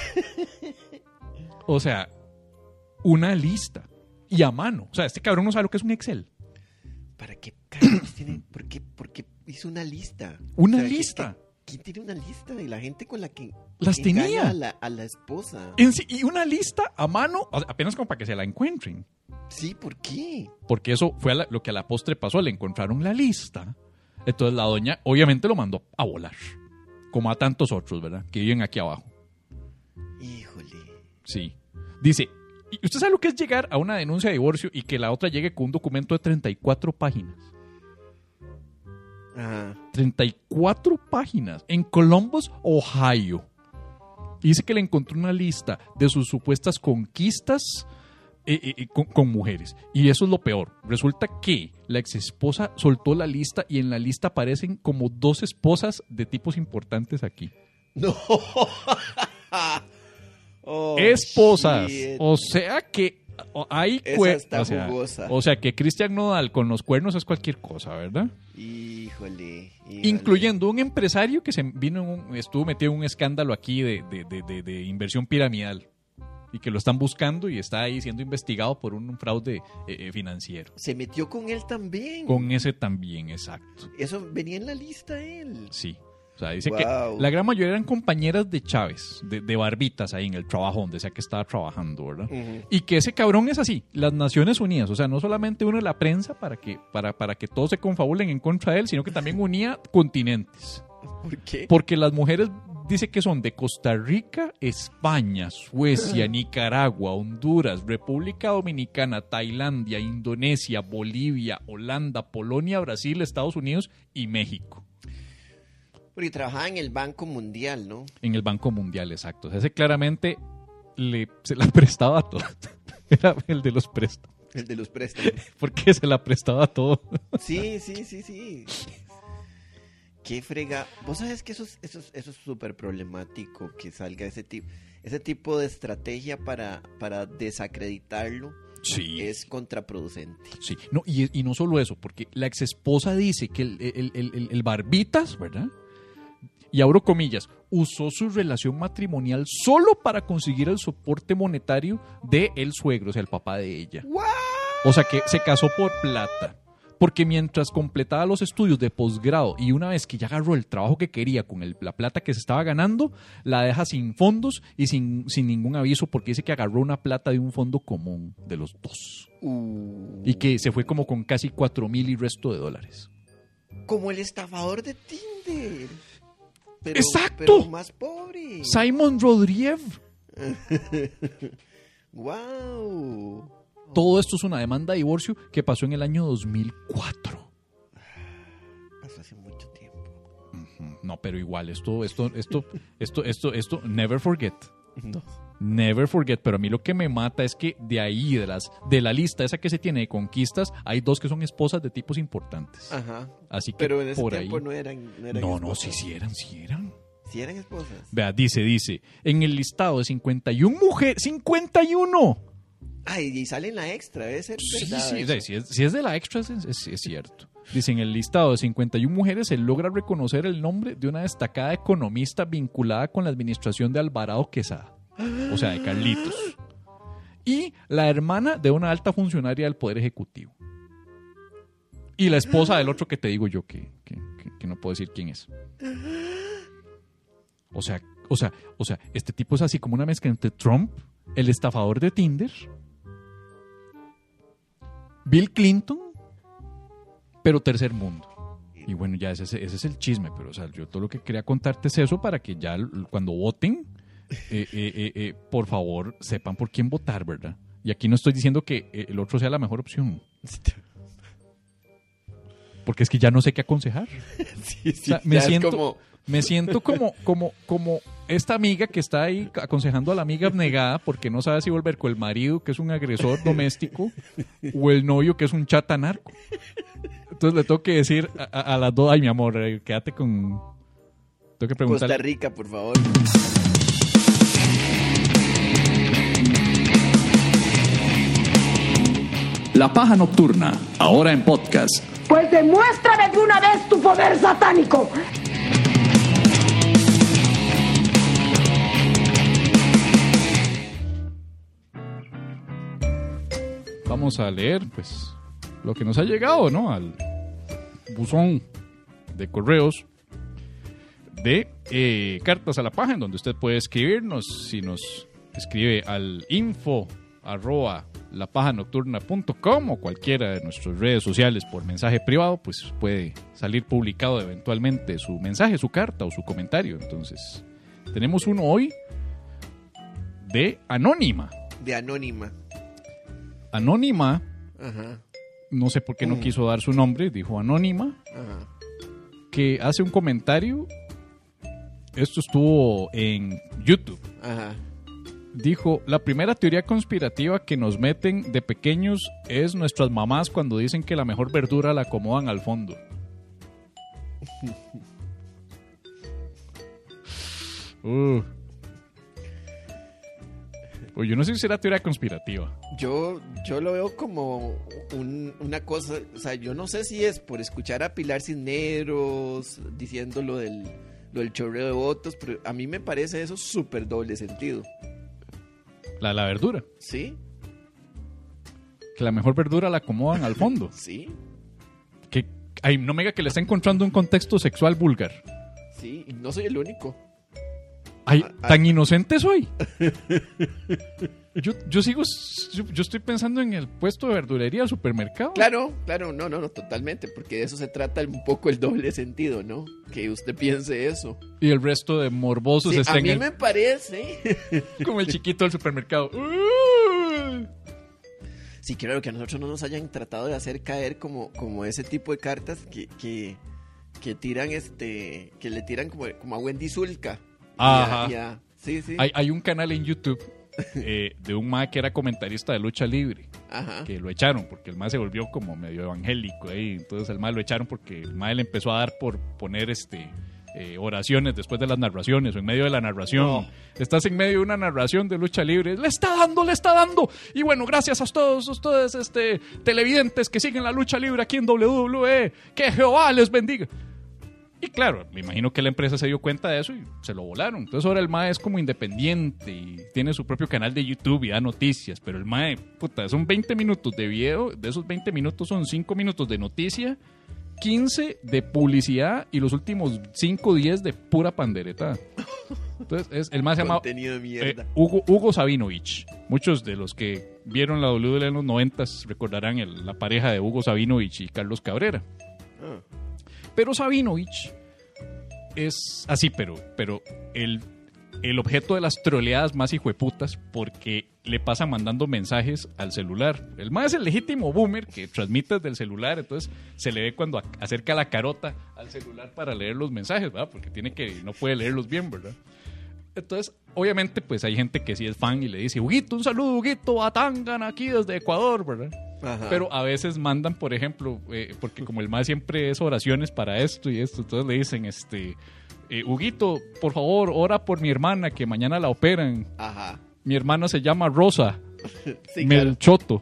O sea, una lista. Y a mano. O sea, este cabrón no sabe lo que es un Excel. ¿Para qué carajos tiene? ¿Por qué hizo una lista? Una O sea, lista. ¿Quién tiene una lista de la gente con la que Las engaña tenía. a la esposa? Y una lista a mano, o sea, apenas como para que se la encuentren. Sí, ¿por qué? Porque eso fue lo que a la postre pasó. Le encontraron la lista. Entonces la doña obviamente lo mandó a volar. Como a tantos otros, ¿verdad? Que viven aquí abajo. Híjole. Sí. Dice, ¿y usted sabe lo que es llegar a una denuncia de divorcio y que la otra llegue con un documento de 34 páginas? Ajá. 34 páginas en Columbus, Ohio. Y dice que le encontró una lista de sus supuestas conquistas con mujeres. Y eso es lo peor. Resulta que la exesposa soltó la lista y en la lista aparecen como 2 esposas de tipos importantes aquí. No. Oh, Esposas. shit. O sea que hay Esa está jugosa. o sea que Cristian Nodal con los cuernos es cualquier cosa, ¿verdad? Híjole. Incluyendo un empresario que estuvo metido en un escándalo aquí de inversión piramidal y que lo están buscando y está ahí siendo investigado por un fraude financiero. Se metió con él también. Con ese también, exacto. Eso venía en la lista él. Sí. O sea, dice Wow. que la gran mayoría eran compañeras de Chávez, de Barbitas ahí en el trabajo, donde sea que estaba trabajando, ¿verdad? Ujú. Y que ese cabrón es así, las Naciones Unidas, o sea, no solamente uno de la prensa para que todos se confabulen en contra de él, sino que también unía continentes. ¿Por qué? Porque las mujeres dice que son de Costa Rica, España, Suecia, Nicaragua, Honduras, República Dominicana, Tailandia, Indonesia, Bolivia, Holanda, Polonia, Brasil, Estados Unidos y México. Porque trabajaba en el Banco Mundial, ¿no? En el Banco Mundial, exacto. O sea, ese claramente se la prestaba a todo. Era el de los préstamos. El de los préstamos. Porque se la prestaba a todo. Sí. Qué frega. Vos sabés que eso es súper problemático que salga ese tipo de estrategia para desacreditarlo. Sí. Es contraproducente. Sí. No, y no solo eso, porque la exesposa dice que el Barbitas, ¿verdad? Y abro comillas, usó su relación matrimonial solo para conseguir el soporte monetario de el suegro, o sea, el papá de ella. ¿What? O sea, que se casó por plata. Porque mientras completaba los estudios de posgrado y una vez que ya agarró el trabajo que quería con la plata que se estaba ganando, la deja sin fondos y sin ningún aviso porque dice que agarró una plata de un fondo común de los dos. Y que se fue como con casi $4,000 y resto de dólares. Como el estafador de Tinder. ¡Exacto! Pero más pobre. Simon Rodriev. ¡Wow! Todo esto es una demanda de divorcio que pasó en el año 2004. Pasó hace mucho tiempo. No, pero igual, esto, never forget. No. Never forget, pero a mí lo que me mata es que de ahí, de la lista esa que se tiene de conquistas, hay 2 que son esposas de tipos importantes. Ajá. Así que Pero en ese por tiempo ahí... no eran No, esposas. sí eran. Sí eran esposas. Vea, dice, en el listado de 51 mujeres, ¡51! Ay, y sale en la extra, debe ser Sí, verdad. sí, eso. si es de la extra, es cierto. Dice, en el listado de 51 mujeres se logra reconocer el nombre de una destacada economista vinculada con la administración de Alvarado Quesada. O sea, de Carlitos. Y la hermana de una alta funcionaria del Poder Ejecutivo. Y la esposa del otro que te digo yo que no puedo decir quién es. O sea, este tipo es así como una mezcla entre Trump, el estafador de Tinder, Bill Clinton, pero tercer mundo. Y bueno, ya ese es el chisme, pero o sea, yo todo lo que quería contarte es eso para que ya cuando voten, por favor, sepan por quién votar, ¿verdad? Y aquí no estoy diciendo que el otro sea la mejor opción. Porque es que ya no sé qué aconsejar. Sí, O sea, me siento como esta amiga que está ahí aconsejando a la amiga abnegada porque no sabe si volver con el marido, que es un agresor doméstico, o el novio, que es un chata narco. Entonces le tengo que decir a las dos, ay, mi amor, quédate con... Tengo que preguntarle. Costa Rica, por favor. La Paja Nocturna, ahora en podcast. Pues demuéstrame de una vez tu poder satánico. Vamos a leer, pues, lo que nos ha llegado, ¿no? Al buzón de correos de Cartas a la Paja, en donde usted puede escribirnos. Si nos escribe al info@lapajanocturna.com o cualquiera de nuestras redes sociales por mensaje privado, pues puede salir publicado eventualmente su mensaje, su carta o su comentario. Entonces, tenemos uno hoy de Anónima. De Anónima. Anónima, Ajá. no sé por qué no quiso dar su nombre, dijo Anónima, Ajá. que hace un comentario. Esto estuvo en YouTube. Ajá. Dijo, la primera teoría conspirativa que nos meten de pequeños es nuestras mamás cuando dicen que la mejor verdura la acomodan al fondo. Pues yo no sé si será teoría conspirativa. Yo lo veo como una cosa, o sea, yo no sé si es por escuchar a Pilar Cisneros diciendo lo del chorreo de votos, pero a mí me parece eso súper doble sentido. La verdura. ¿Sí? Que la mejor verdura la acomodan al fondo. Sí. Que, ay, no me diga que le está encontrando un contexto sexual vulgar. Sí, y no soy el único. Ay, tan inocente soy. Yo estoy pensando en el puesto de verdulería del supermercado. Claro, no, totalmente, porque de eso se trata un poco el doble sentido, ¿no? Que usted piense eso. Y el resto de morbosos Sí, está a mí me parece. como el chiquito del supermercado. Sí, claro, que a nosotros no nos hayan tratado de hacer caer como ese tipo de cartas que tiran que le tiran como a Wendy Zulka. Ajá. Sí. Hay un canal en YouTube de un mae que era comentarista de lucha libre. Ajá. Que lo echaron porque el mae se volvió como medio evangélico ahí. Entonces el mae lo echaron porque el mae le empezó a dar por poner oraciones después de las narraciones o en medio de la narración. No. Estás en medio de una narración de lucha libre. ¡Le está dando! Y bueno, gracias a todos ustedes televidentes que siguen la lucha libre aquí en WWE. ¡Que Jehová les bendiga! Y claro, me imagino que la empresa se dio cuenta de eso y se lo volaron. Entonces ahora el MAE es como independiente y tiene su propio canal de YouTube y da noticias. Pero el MAE, son 20 minutos de video. De esos 20 minutos son 5 minutos de noticia, 15 de publicidad y los últimos 5 o 10 de pura pandereta. Entonces el MAE se llama Contenido de mierda. Hugo Sabinovich. Muchos de los que vieron la WWE en los 90s recordarán la pareja de Hugo Sabinovich y Carlos Cabrera. Pero Sabinovich es así, pero el objeto de las troleadas más hijueputas porque le pasan mandando mensajes al celular. El más es el legítimo boomer que transmite desde el celular, entonces se le ve cuando acerca la carota al celular para leer los mensajes, ¿verdad? Porque no puede leerlos bien, ¿verdad? Entonces, obviamente, pues hay gente que sí es fan y le dice, Huguito, un saludo, Huguito, a Tangana, aquí desde Ecuador, ¿verdad? Ajá. Pero a veces mandan, por ejemplo, porque como el más siempre es oraciones para esto y esto, entonces le dicen, Huguito, por favor, ora por mi hermana que mañana la operan. Ajá. Mi hermana se llama Rosa Sí, claro. Melchoto.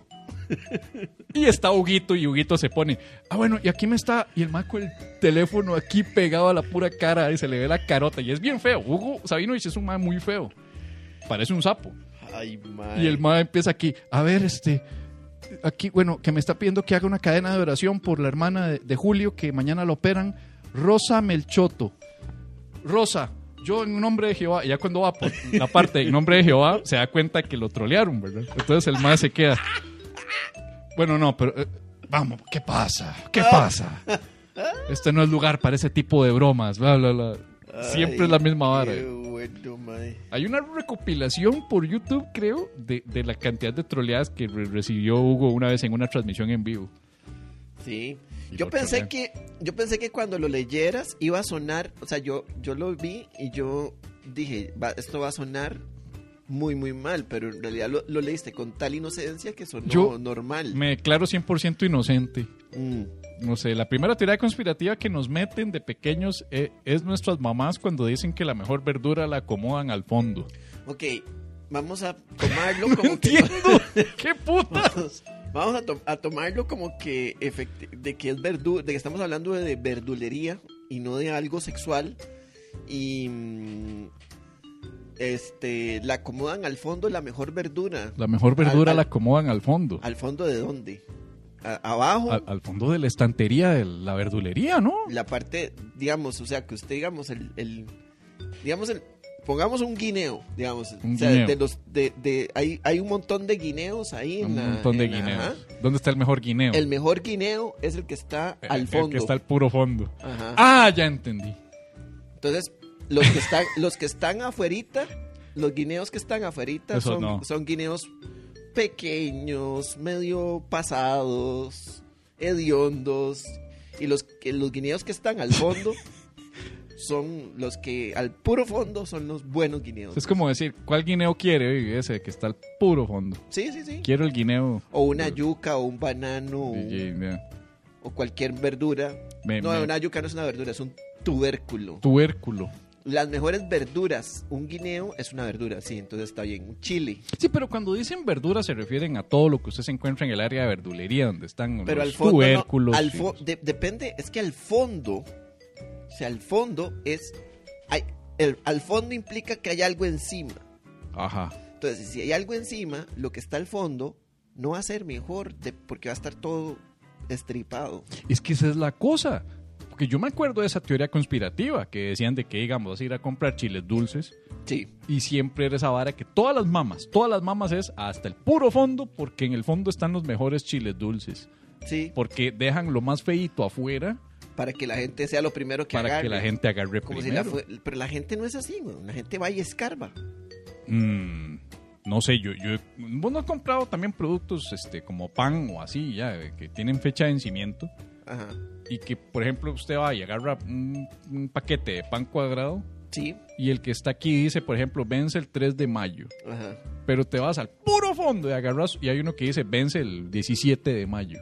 Y está Huguito y Huguito se pone, bueno, y aquí me está, y el man con el teléfono aquí pegado a la pura cara y se le ve la carota y es bien feo. Hugo Sabinovich es un man muy feo, parece un sapo. Ay, mae. Y el man empieza aquí, a ver, aquí, bueno, que me está pidiendo que haga una cadena de oración por la hermana de Julio que mañana la operan, Rosa Melchoto. Rosa, yo en nombre de Jehová, y ya cuando va por la parte de en nombre de Jehová, se da cuenta que lo trolearon, ¿verdad? Entonces el man se queda, bueno, no, pero vamos, ¿qué pasa? ¿Qué pasa? Este no es lugar para ese tipo de bromas, bla, bla, bla. Siempre Ay, es la misma vara. qué bueno, mae. Hay una recopilación por YouTube, creo, de la cantidad de troleadas que recibió Hugo una vez en una transmisión en vivo. Sí. Y Yo lo pensé trolean. que cuando lo leyeras iba a sonar, o sea, yo lo vi y yo dije, esto va a sonar muy, muy mal, pero en realidad lo leíste con tal inocencia que sonó Yo normal. Me declaro 100% inocente. No sé, la primera teoría conspirativa que nos meten de pequeños es nuestras mamás cuando dicen que la mejor verdura la acomodan al fondo. Ok, vamos a tomarlo No como que... entiendo. ¿Qué putas? Vamos a tomarlo como que de que es de que estamos hablando de verdulería y no de algo sexual. Y la acomodan al fondo la mejor verdura. La mejor verdura Al- la acomodan al fondo. ¿Al fondo de dónde? Abajo. Al fondo de la estantería de la verdulería, ¿no? La parte, digamos, o sea, que usted, digamos, pongamos un guineo, digamos, Un o sea, guineo. hay un montón de guineos ahí Un montón de guineos. ajá. ¿Dónde está el mejor guineo? El mejor guineo es el que está al El fondo. que está al puro fondo. Ajá. Ah, ya entendí. Entonces, los que están afuerita, los guineos que están afuerita Eso no. son guineos pequeños, medio pasados, hediondos, y los guineos que están al fondo son los que al puro fondo son los buenos guineos. Es como decir, ¿cuál guineo quiere? Oye, ese que está al puro fondo. Sí, sí, sí. Quiero el guineo. O una yuca o un banano o cualquier verdura. Una yuca no es una verdura, es un tubérculo. Tubérculo. Las mejores verduras, un guineo es una verdura, sí, entonces está bien. Un chile. Sí, pero cuando dicen verduras se refieren a todo lo que usted se encuentra en el área de verdulería, donde están Pero los al fondo, tubérculos. no, depende, es que al fondo, o sea, al fondo al fondo implica que hay algo encima. Ajá. Entonces, si hay algo encima, lo que está al fondo no va a ser mejor porque va a estar todo estripado. Es que esa es la cosa. Porque yo me acuerdo de esa teoría conspirativa que decían de que, digamos, vas a ir a comprar chiles dulces Sí. y siempre era esa vara que todas las mamas es hasta el puro fondo porque en el fondo están los mejores chiles dulces. Sí, Porque dejan lo más feíto afuera para que la gente sea lo primero que para agarre. que la gente agarre Como si primero. pero la gente no es así, güey. La gente va y escarba. No sé, vos no has comprado también productos como pan o así, ya, que tienen fecha de vencimiento Ajá. y que, por ejemplo, usted va y agarra un paquete de pan cuadrado Sí. y el que está aquí dice, por ejemplo, vence el 3 de mayo, Ajá. pero te vas al puro fondo y agarras y hay uno que dice vence el 17 de mayo.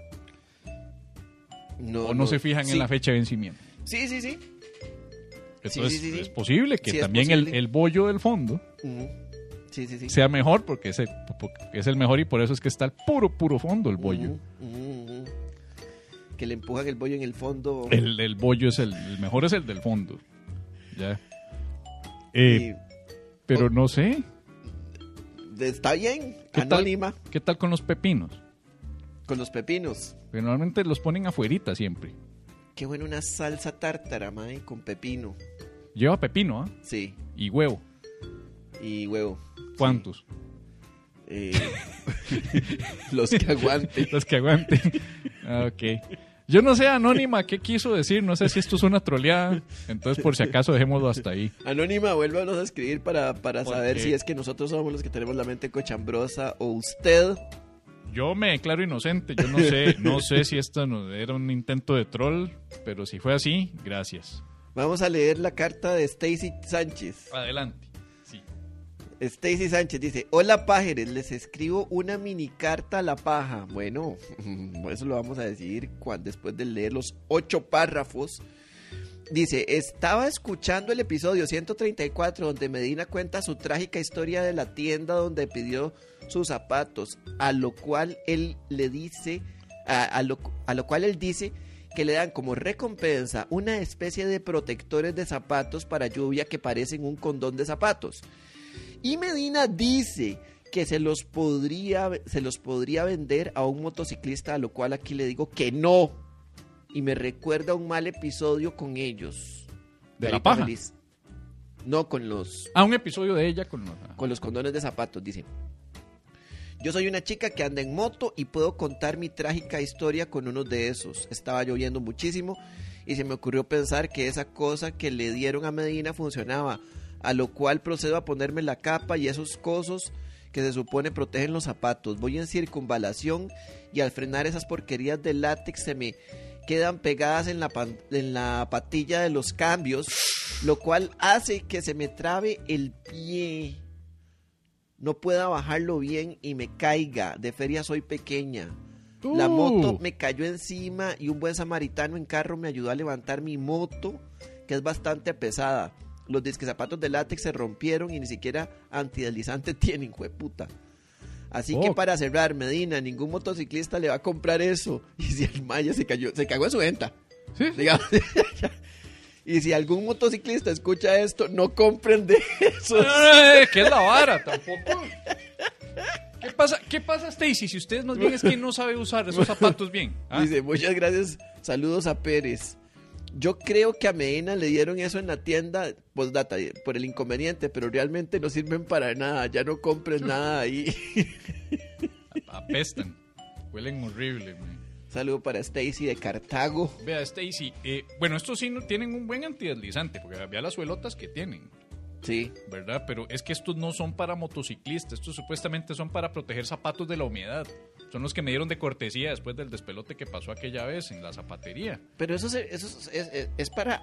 O no se fijan Sí. en la fecha de vencimiento. Sí, sí, sí. Entonces sí, sí. es posible que Sí, es también posible. el bollo del fondo Ujú. Sí, sí, sí. sea mejor porque es el mejor y por eso es que está al puro fondo el bollo. Ujú, ujú. Que le empujan el bollo en el fondo. El bollo es el mejor, es el del fondo. Ya. Y Pero no sé. está bien, ¿Qué tal? anónima, ¿Qué tal con los pepinos? con los pepinos. Que normalmente los ponen afuerita siempre. Qué bueno una salsa tártara, mae, con pepino. Lleva pepino, ¿ah? Sí, Y huevo. y huevo. ¿Cuántos? Eh, los que aguanten. Los que aguanten. Ah, ok. Yo no sé, Anónima, qué quiso decir. No sé si esto es una troleada. Entonces, por si acaso, dejémoslo hasta ahí. Anónima, vuélvanos a escribir para saber si es que nosotros somos los que tenemos la mente cochambrosa o usted. Yo me declaro inocente. Yo no sé si esto era un intento de troll, pero si fue así, gracias. Vamos a leer la carta de Stacy Sánchez. Adelante. Sí. Stacy Sánchez dice: hola pájeres, les escribo una mini carta a la paja. Bueno, eso lo vamos a decidir después de leer los 8 párrafos. Dice: estaba escuchando el episodio 134 donde Medina cuenta su trágica historia de la tienda donde pidió sus zapatos, a lo cual él le dice, a lo cual él dice que le dan como recompensa una especie de protectores de zapatos para lluvia que parecen un condón de zapatos. Y Medina dice que se los podría vender a un motociclista, a lo cual aquí le digo que no. Y me recuerda un mal episodio con ellos. ¿De la paja? Feliz. No, con los... un episodio de ella con los condones de zapatos, dice. Yo soy una chica que anda en moto y puedo contar mi trágica historia con uno de esos. Estaba lloviendo muchísimo y se me ocurrió pensar que esa cosa que le dieron a Medina funcionaba, a lo cual procedo a ponerme la capa y esos cosos que se supone protegen los zapatos. Voy en circunvalación y al frenar esas porquerías de látex se me quedan pegadas en la patilla de los cambios, lo cual hace que se me trabe el pie. No pueda bajarlo bien y me caiga. De feria soy pequeña. La moto me cayó encima y un buen samaritano en carro me ayudó a levantar mi moto, que es bastante pesada. Los disquezapatos de látex se rompieron y ni siquiera antideslizante tienen, jueputa. Así que para cerrar, Medina, ningún motociclista le va a comprar eso. Y si el Maya se cagó en su venta. Sí. Digamos. Y si algún motociclista escucha esto, no compren de esos. ¿Qué es la vara? Tampoco. ¿Qué pasa, Stacy? Si ustedes más bien es que no sabe usar esos zapatos bien. Dice: muchas gracias, saludos a Pérez. Yo creo que a Medina le dieron eso en la tienda, postdata, por el inconveniente, pero realmente no sirven para nada. Ya no compren nada ahí. Apestan. Huelen horrible, man. Saludo para Stacy de Cartago. Vea, Stacy, bueno, estos sí no tienen un buen antideslizante, porque vea las suelotas que tienen. Sí. ¿Verdad? Pero es que estos no son para motociclistas, estos supuestamente son para proteger zapatos de la humedad. Son los que me dieron de cortesía después del despelote que pasó aquella vez en la zapatería. Pero eso es para...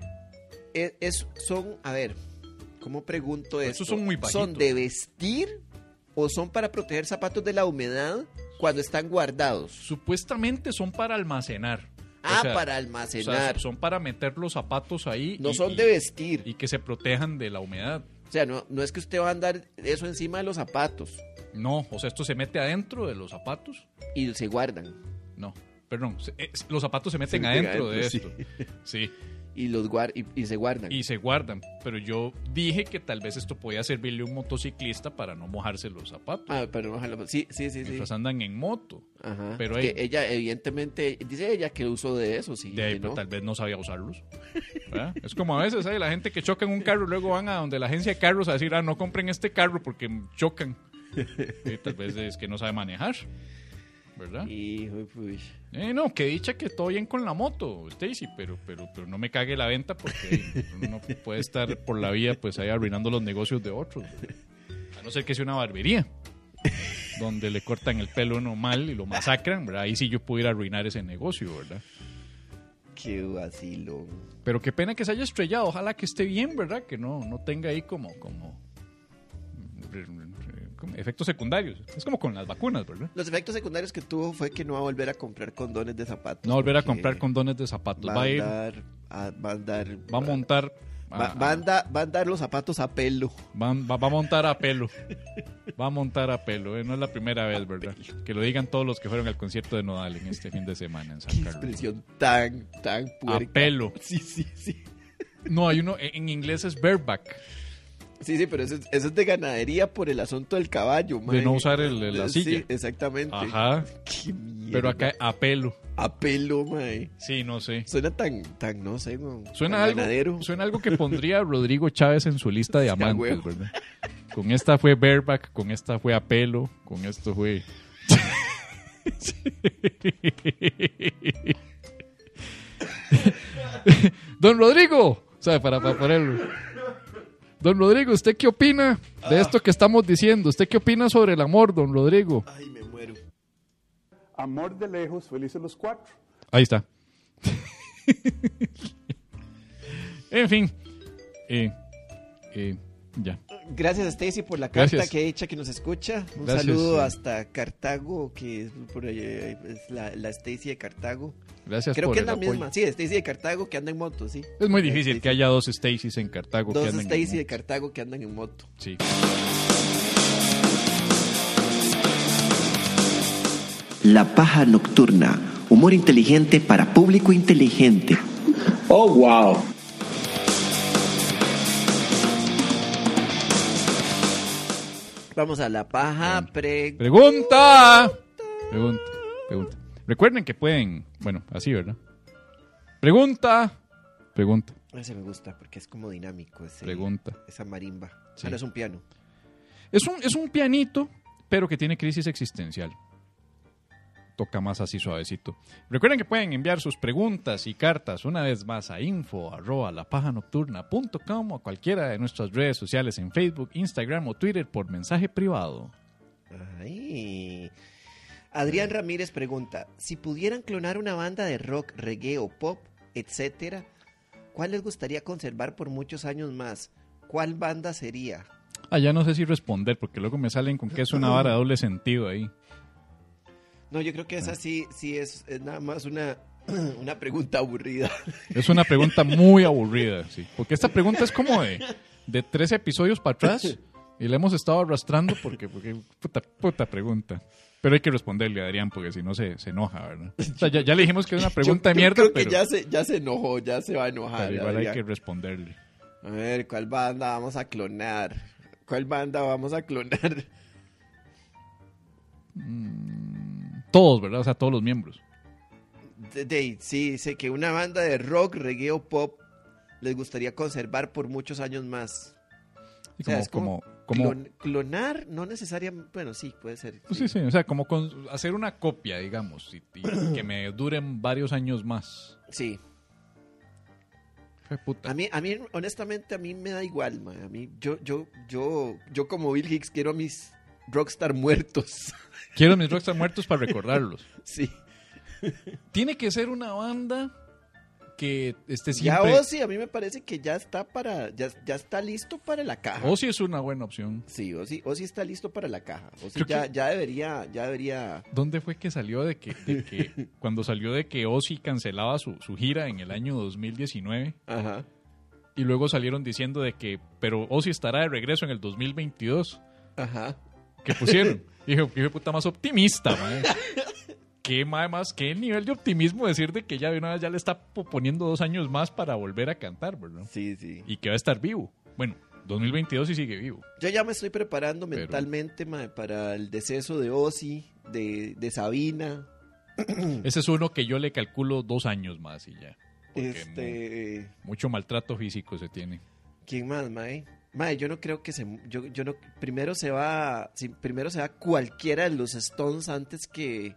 son, a ver, ¿cómo pregunto esto? Estos son muy bajitos. ¿Son de vestir o son para proteger zapatos de la humedad cuando están guardados? Supuestamente son para almacenar. Para almacenar. O sea, son para meter los zapatos ahí. No son de vestir. Y que se protejan de la humedad. O sea, no es que usted va a andar eso encima de los zapatos. No, o sea, esto se mete adentro de los zapatos. Y se guardan. No, perdón, los zapatos se meten adentro de esto. Sí. Y se guardan. Y se guardan, pero yo dije que tal vez esto podía servirle a un motociclista para no mojarse los zapatos. Para no mojarse. Sí. Mientras andan en moto. Ajá. Pero que ella, evidentemente, dice ella que uso de eso, sí. De ahí, pero tal vez no sabía usarlos. Es como a veces, la gente que choca en un carro, luego van a donde la agencia de carros a decir, no compren este carro porque chocan. Y tal vez es que no sabe manejar. ¿Verdad? No, que dicha que todo bien con la moto, Stacy, pero no me cague la venta porque uno puede estar por la vía pues ahí arruinando los negocios de otros. A no ser que sea una barbería donde le cortan el pelo uno mal y lo masacran, ¿verdad? Ahí sí yo pudiera arruinar ese negocio, ¿verdad? Qué vacilo. Pero qué pena que se haya estrellado, ojalá que esté bien, ¿verdad? Que no tenga ahí como efectos secundarios. Es como con las vacunas, ¿verdad? Los efectos secundarios que tuvo fue que no va a volver a comprar condones de zapatos. No va a volver a comprar condones de zapatos. Va a andar los zapatos a pelo. Va a montar a pelo. Va a montar a pelo. No es la primera vez, ¿verdad? Que lo digan todos los que fueron al concierto de Nodal en este fin de semana en San Carlos. Qué expresión tan puerca. A pelo. Sí. No, hay uno, en inglés es bareback. Sí, pero eso es de ganadería por el asunto del caballo, man. De no usar la silla. Sí, exactamente. Ajá. Qué mierda. Pero acá a pelo. A pelo, man. Sí, no sé. Suena tan no sé, man. Suena algo que pondría Rodrigo Chávez en su lista de amantes, ¿verdad? Con esta fue bareback, con esta fue a pelo, con esto fue... Don Rodrigo, ¿sabe? Para ponerlo. Don Rodrigo, ¿usted qué opina de esto que estamos diciendo? ¿Usted qué opina sobre el amor, don Rodrigo? Ay, me muero. Amor de lejos, felices los cuatro. Ahí está. En fin. Ya. Gracias, Stacy, por la carta Gracias. que hecha que nos escucha. Un Gracias, saludo hasta Cartago, que es por ahí, es la Stacy de Cartago. Gracias Creo por que es el la apoyo. misma. Sí, Stacy de Cartago que anda en moto, sí. Es muy difícil Stacy. que haya dos Stacys en Cartago. que Dos anden en Stacy moto. de Cartago que andan en moto. Sí. La paja nocturna. Humor inteligente para público inteligente. Oh, wow. Vamos a la paja Pregunta. Recuerden que pueden, bueno, así, ¿verdad? Pregunta. Ese me gusta porque es como dinámico. Pregunta. Esa marimba. Sí. Ah, no es un piano. Es un pianito, pero que tiene crisis existencial. Toca más así suavecito. Recuerden que pueden enviar sus preguntas y cartas una vez más a info@lapajanocturna.com o a cualquiera de nuestras redes sociales en Facebook, Instagram o Twitter por mensaje privado. Ay. Adrián Ramírez pregunta, si pudieran clonar una banda de rock, reggae o pop, etcétera, ¿cuál les gustaría conservar por muchos años más? ¿Cuál banda sería? Ya no sé si responder porque luego me salen con que es una vara de doble sentido ahí. No, yo creo que esa sí es nada más una pregunta aburrida. Es una pregunta muy aburrida, sí. Porque esta pregunta es como de 3 episodios para atrás y la hemos estado arrastrando porque puta pregunta. Pero hay que responderle a Adrián porque si no se enoja, ¿verdad? O sea, ya le dijimos que es una pregunta de Yo mierda, creo pero, que ya se enojó, ya se va a enojar. pero igual hay Adrián. que responderle. A ver, ¿cuál banda vamos a clonar? ¿Cuál banda vamos a clonar? Todos, ¿verdad? O sea, todos los miembros. Sí, sé que una banda de rock, reggae o pop les gustaría conservar por muchos años más. Y O sea, es como como clonar, no necesariamente, bueno, sí, puede ser. pues sí, o sea, como hacer una copia, digamos, y que me duren varios años más. Sí. Qué puta. A mí, honestamente, a mí me da igual, man. A mí, yo como Bill Hicks quiero a mis rockstar muertos. Quiero mis rockstar muertos para recordarlos. Sí. Tiene que ser una banda que esté Ya siempre... Ozzy, a mí me parece que ya está ya está listo para la caja. Ozzy es una buena opción. Sí, Ozzy está listo para la caja. Ozzy Creo ya debería. ¿Dónde fue que salió de que cuando salió de que Ozzy cancelaba su gira en el año 2019 Ajá. y luego salieron diciendo de que pero Ozzy estará de regreso en el 2022? Ajá. ¿Qué pusieron? Dije, qué puta más optimista, man. ¿Qué nivel de optimismo decir de que ya de una vez ya le está poniendo 2 años más para volver a cantar, ¿verdad? Sí. Y que va a estar vivo. Bueno, 2022 sí sigue vivo. Yo ya me estoy preparando Pero- mentalmente, mae, para el deceso de Ozzy, de Sabina. Ese es uno que yo le calculo 2 años más y ya. Porque mucho maltrato físico se tiene. ¿Quién más, mae? Mae, yo no creo que yo no primero se va cualquiera de los Stones antes que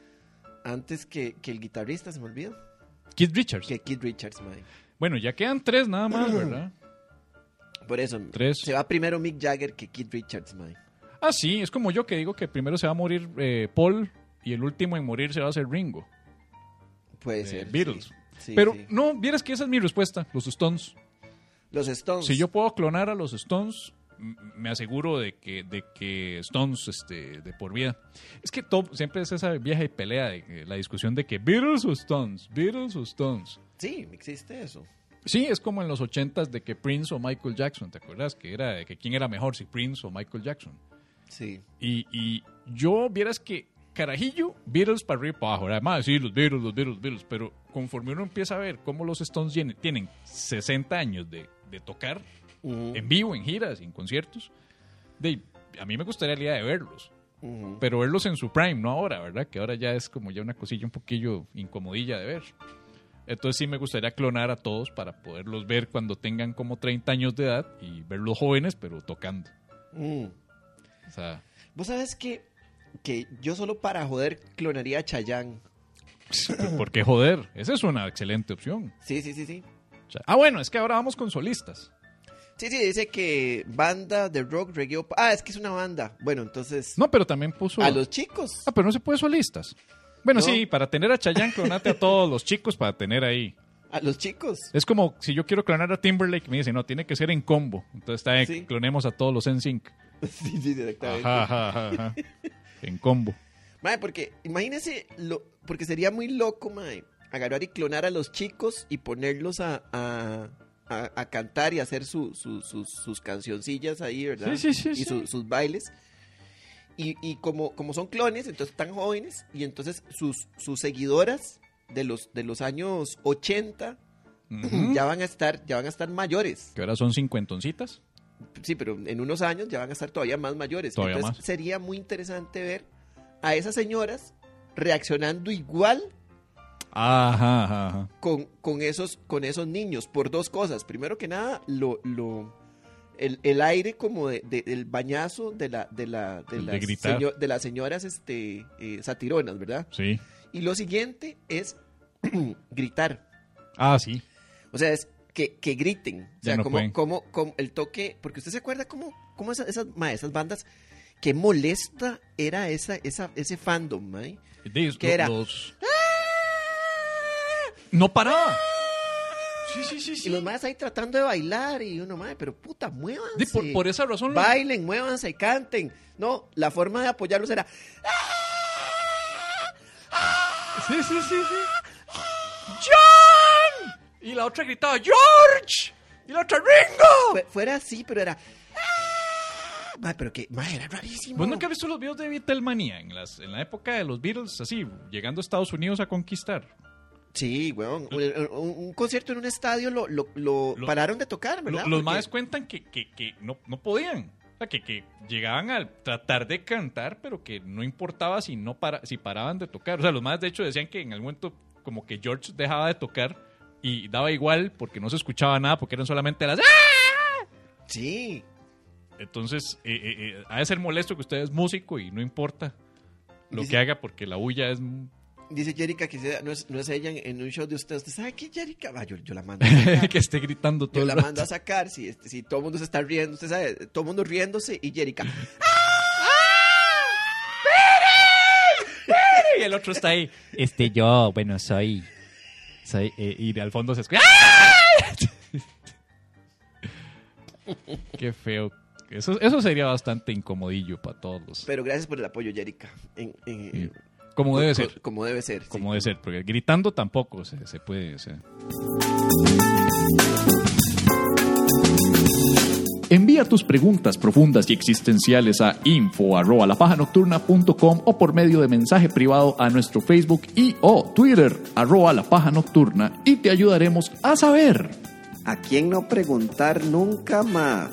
el guitarrista, se me olvida. Keith Richards. Que Keith Richards, mae. Bueno, ya quedan 3 nada más, ¿verdad? Por eso 3. se va primero Mick Jagger que Keith Richards, mae. Ah, sí, es como yo que digo que primero se va a morir Paul y el último en morir se va a hacer Ringo. Puede de ser. Beatles. Sí. Sí, Pero sí. no, vieras que esa es mi respuesta, los Stones. Los Stones. Si yo puedo clonar a los Stones, me aseguro de que Stones de por vida. Es que siempre es esa vieja pelea, la discusión de que Beatles o Stones. Sí, existe eso. Sí, es como en los 80s de que Prince o Michael Jackson, ¿te acuerdas? Que era de que quién era mejor, si Prince o Michael Jackson. Sí. Y yo, vieras que carajillo, Beatles para arriba y para abajo. Además, sí, los Beatles. Pero conforme uno empieza a ver cómo los Stones tienen 60 años de tocar Ujú, en vivo, en giras, en conciertos, a mí me gustaría la idea de verlos. ujú. Pero verlos en su prime, no ahora, ¿verdad? Que ahora ya es como ya una cosilla un poquillo incomodilla de ver. Entonces sí me gustaría clonar a todos para poderlos ver cuando tengan como 30 años de edad y verlos jóvenes, pero tocando. Mm. O sea, Vos sabés que yo solo para joder clonaría a Chayanne. ¿por qué joder? Esa es una excelente opción. Sí. Bueno, es que ahora vamos con solistas. Sí, dice que banda de rock, reggae. Es que es una banda. Bueno, entonces. No, pero también puso. A los chicos. Pero no se puede solistas. Bueno, No. sí, para tener a Chayanne, clonate a todos los chicos para tener ahí. A los chicos. Es como si yo quiero clonar a Timberlake, me dice, no, tiene que ser en combo. Entonces está Sí. clonemos a todos los NSYNC. Sí, exactamente. Ajá. En combo. Mae, porque imagínese, porque sería muy loco, mae, agarrar y clonar a los chicos y ponerlos a cantar y hacer sus cancioncillas ahí, ¿verdad? Sí. Y sus bailes. Y como son clones, entonces están jóvenes, y entonces sus seguidoras de los años 80 ya van a estar mayores. Que ahora son cincuentoncitas. Sí, pero en unos años ya van a estar todavía más mayores. Todavía Entonces más. sería muy interesante ver a esas señoras reaccionando igual Ajá. con esos niños por dos cosas. Primero que nada, el aire como del bañazo de las señoras satironas, ¿verdad? Sí. Y lo siguiente es gritar. Sí. O sea, es que griten. O Ya sea, no pueden. como el toque. Porque usted se acuerda cómo esas bandas, qué molesta era ese fandom, mae. ¿Qué era? No paraba. Sí. Y los maes ahí tratando de bailar. Y uno, mae, pero puta, muévanse. Por esa razón. Bailen, muévanse, canten. No, la forma de apoyarlos era. Sí. ¡John! Y la otra gritaba, ¡George! Y la otra, ¡Ringo! Fuera así, pero era. Mae, pero que, mae, era rarísimo. ¿Vos nunca has visto los videos de Beatlemania en la época de los Beatles, así, llegando a Estados Unidos a conquistar? Sí, weón. Un concierto en un estadio lo pararon de tocar, ¿verdad? Los Porque- maes cuentan que no podían. O sea, que llegaban a tratar de cantar, pero que no importaba si paraban de tocar. O sea, los maes de hecho decían que en algún momento como que George dejaba de tocar y daba igual porque no se escuchaba nada, porque eran solamente las... ¡Ah! Sí. Entonces, ha de ser molesto que usted es músico y no importa lo Dice- que haga porque la bulla es... Dice Jerica que no es ella en un show de usted. ¿Usted sabe qué, Jerica? Yo la mando. que esté gritando todo Yo el la rato. mando a sacar. Si todo el mundo se está riendo, usted sabe, todo el mundo riéndose y Jerica. Y el otro está ahí. Yo, bueno, soy y de al fondo se escucha. Qué feo. Eso sería bastante incomodillo para todos. Pero gracias por el apoyo, Jerica. Como debe ser. Como debe ser. sí. Como debe ser, porque gritando tampoco se puede. O sea. Envía tus preguntas profundas y existenciales a info@lapajanocturna.com o por medio de mensaje privado a nuestro Facebook y o Twitter @lapajanocturna y te ayudaremos a saber. ¿A quién no preguntar nunca más?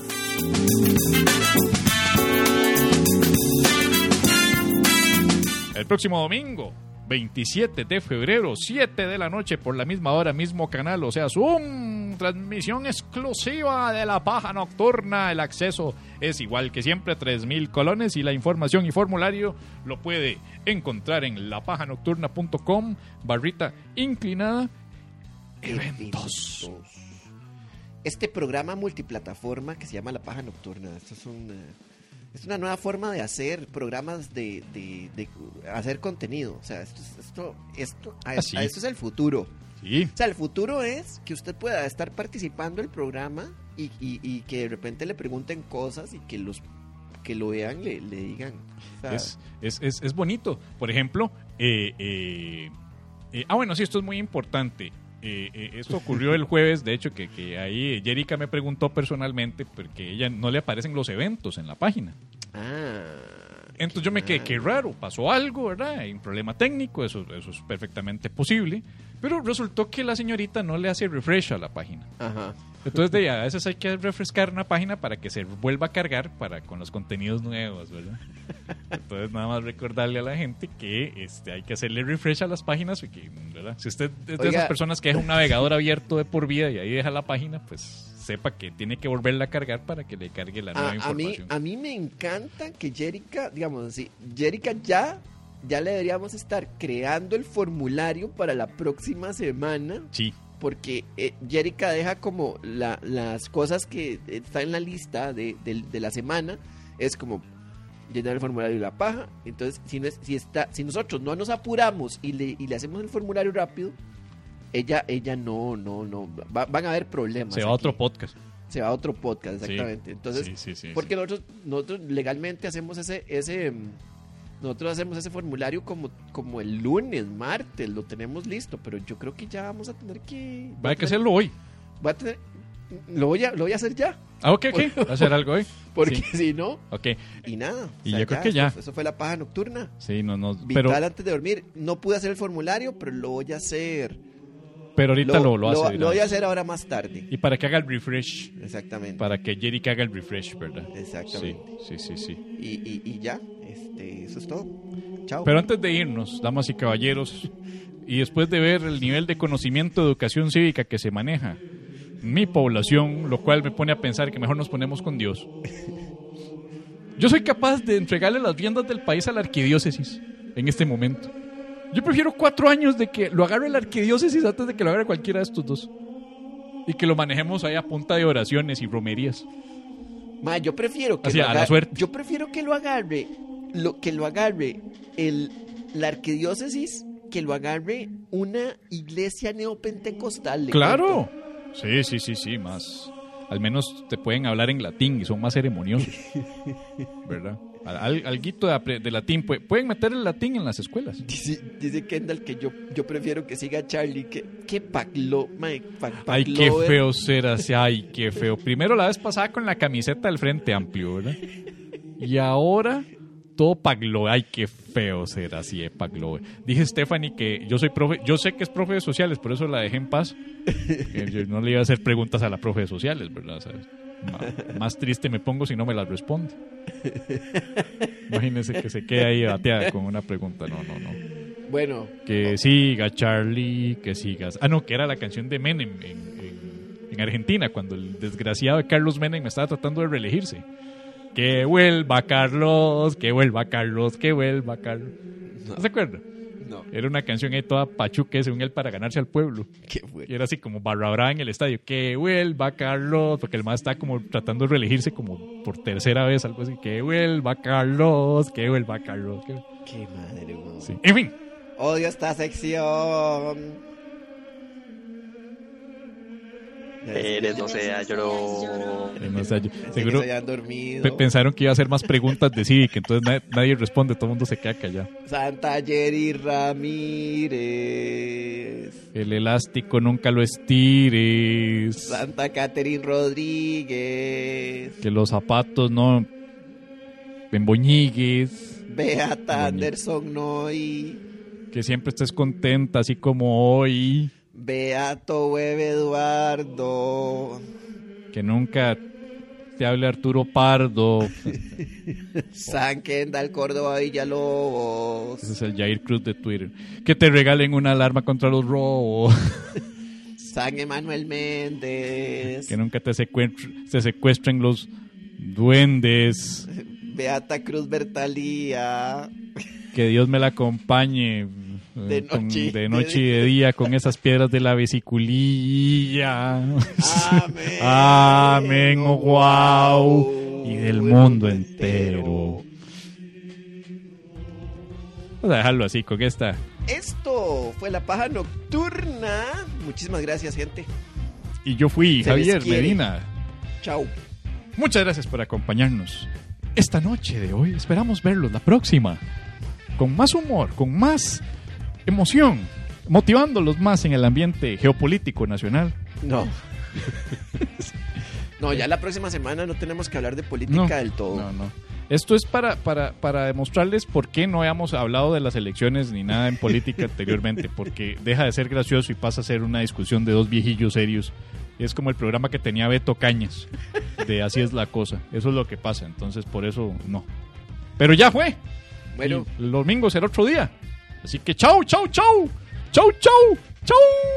El próximo domingo, 27 de febrero, 7 de la noche, por la misma hora, mismo canal, o sea, Zoom, transmisión exclusiva de La Paja Nocturna. El acceso es igual que siempre, 3,000 colones, y la información y formulario lo puede encontrar en lapajanocturna.com, /inclinada, eventos. Este programa multiplataforma que se llama La Paja Nocturna. Esto es una nueva forma de hacer programas de hacer contenido. O sea, esto es el futuro. Sí. O sea, el futuro es que usted pueda estar participando del programa y que de repente le pregunten cosas y que los que lo vean le digan. O sea, Es bonito. Por ejemplo, bueno, sí, esto es muy importante. Esto ocurrió el jueves, de hecho, que ahí Jerica me preguntó personalmente porque ella no le aparecen los eventos en la página. Entonces yo me quedé, qué raro, pasó algo, ¿verdad? Hay un problema técnico, eso es perfectamente posible, pero resultó que la señorita no le hace refresh a la página. Ajá. Entonces a veces hay que refrescar una página para que se vuelva a cargar con los contenidos nuevos, ¿verdad? Entonces nada más recordarle a la gente que hay que hacerle refresh a las páginas, porque, ¿verdad? Si usted es de esas personas que deja un navegador abierto de por vida y ahí deja la página, pues sepa que tiene que volverla a cargar para que le cargue la nueva información. A mí me encanta que Jerica, digamos así, Jerica ya le deberíamos estar creando el formulario para la próxima semana. Sí. porque Jerica deja como las cosas que están en la lista de la semana, es como llenar el formulario de la paja. Entonces, si nosotros no nos apuramos y le hacemos el formulario rápido, ella no van a haber problemas. Se va a otro podcast. Se va a otro podcast, exactamente. Sí. Entonces, Sí. porque nosotros legalmente hacemos nosotros hacemos ese formulario como el lunes, martes, lo tenemos listo, pero yo creo que ya vamos a tener que... Va a que hacerlo hoy. Lo voy a hacer ya. Ah, ok. Va a hacer algo hoy. Porque Sí. si no... Ok. Y nada. Y yo creo que ya. Eso fue la paja nocturna. Sí, no. Vital antes de dormir. No pude hacer el formulario, pero lo voy a hacer. Pero ahorita lo hace. Lo voy a hacer ahora más tarde. Y para que haga el refresh. Exactamente. Para que Jerica haga el refresh, ¿verdad? Exactamente. Sí. Y ya. Eso es todo. Chao. Pero antes de irnos, damas y caballeros, y después de ver el nivel de conocimiento de educación cívica que se maneja en mi población, lo cual me pone a pensar que mejor nos ponemos con Dios. Yo soy capaz de entregarle las riendas del país a la arquidiócesis en este momento. Yo prefiero 4 años de que lo agarre la arquidiócesis antes de que lo agarre cualquiera de estos dos. Y que lo manejemos ahí a punta de oraciones y romerías. Yo prefiero que Así, a la suerte. Yo prefiero que lo agarre la arquidiócesis, que lo agarre una iglesia neopentecostal. ¡Claro! Sí, más. Al menos te pueden hablar en latín y son más ceremoniosos. ¿Verdad? Alguito de latín. Pueden meter el latín en las escuelas. Dice Kendall que yo prefiero que siga Charlie. Que pacló. Ay, qué feo ser así. Ay, qué feo. Primero la vez pasada con la camiseta del Frente Amplio, ¿verdad? Y ahora todo paglo. Ay, qué feo ser así, paglo. Dije Stephanie que yo soy profe. Yo sé que es profe de sociales, por eso la dejé en paz. Yo no le iba a hacer preguntas a la profe de sociales, ¿verdad? ¿Sabes? Más triste me pongo si no me las responde. Imagínese que se quede ahí bateada con una pregunta. No. Bueno. Que siga Charlie, que sigas. No, que era la canción de Menem en Argentina, cuando el desgraciado de Carlos Menem estaba tratando de reelegirse. Que vuelva Carlos, que vuelva Carlos, que vuelva Carlos. ¿No se acuerda? No. Era una canción ahí toda pachuque, según él, para ganarse al pueblo. Qué bueno. Y era así como barra brava en el estadio. Que vuelva Carlos, porque el más está como tratando de reelegirse como por tercera vez, algo así. Que vuelva Carlos, que vuelva Carlos. Qué madre, güey. Sí. En fin. Odio esta sección. Eres no sea llorón. Seguro se hayan dormido. pensaron que iba a hacer más preguntas de Civic, entonces nadie responde, todo el mundo se queda callado. Santa Jerry Ramírez. El elástico nunca lo estires. Santa Catherine Rodríguez. Que los zapatos no emboñigues. Beata Anderson Noy. Que siempre estés contenta, así como hoy. Beato Web Eduardo. Que nunca te hable Arturo Pardo. San Kendall Córdoba Villalobos. Ese es el Jair Cruz de Twitter. Que te regalen una alarma contra los robos. San Emanuel Méndez. Que nunca te secuestren los duendes. Beata Cruz Bertalía. Que Dios me la acompañe de noche y de día con esas piedras de la vesiculilla. Amén. Amén, oh wow. Y del mundo entero. Vamos a dejarlo así con esta. Esto fue La Paja Nocturna. Muchísimas gracias, gente. Y yo fui Javier Medina. Chao. Muchas gracias por acompañarnos esta noche de hoy. Esperamos verlos la próxima. Con más humor, con más emoción, motivándolos más en el ambiente geopolítico nacional. No, ya la próxima semana no tenemos que hablar de política del todo. No. Esto es para demostrarles por qué no habíamos hablado de las elecciones ni nada en política anteriormente, porque deja de ser gracioso y pasa a ser una discusión de dos viejillos serios. Es como el programa que tenía Beto Cañas, de Así es la cosa. Eso es lo que pasa, entonces por eso no. Pero ya fue. Bueno, y el domingo será otro día. Así que chau.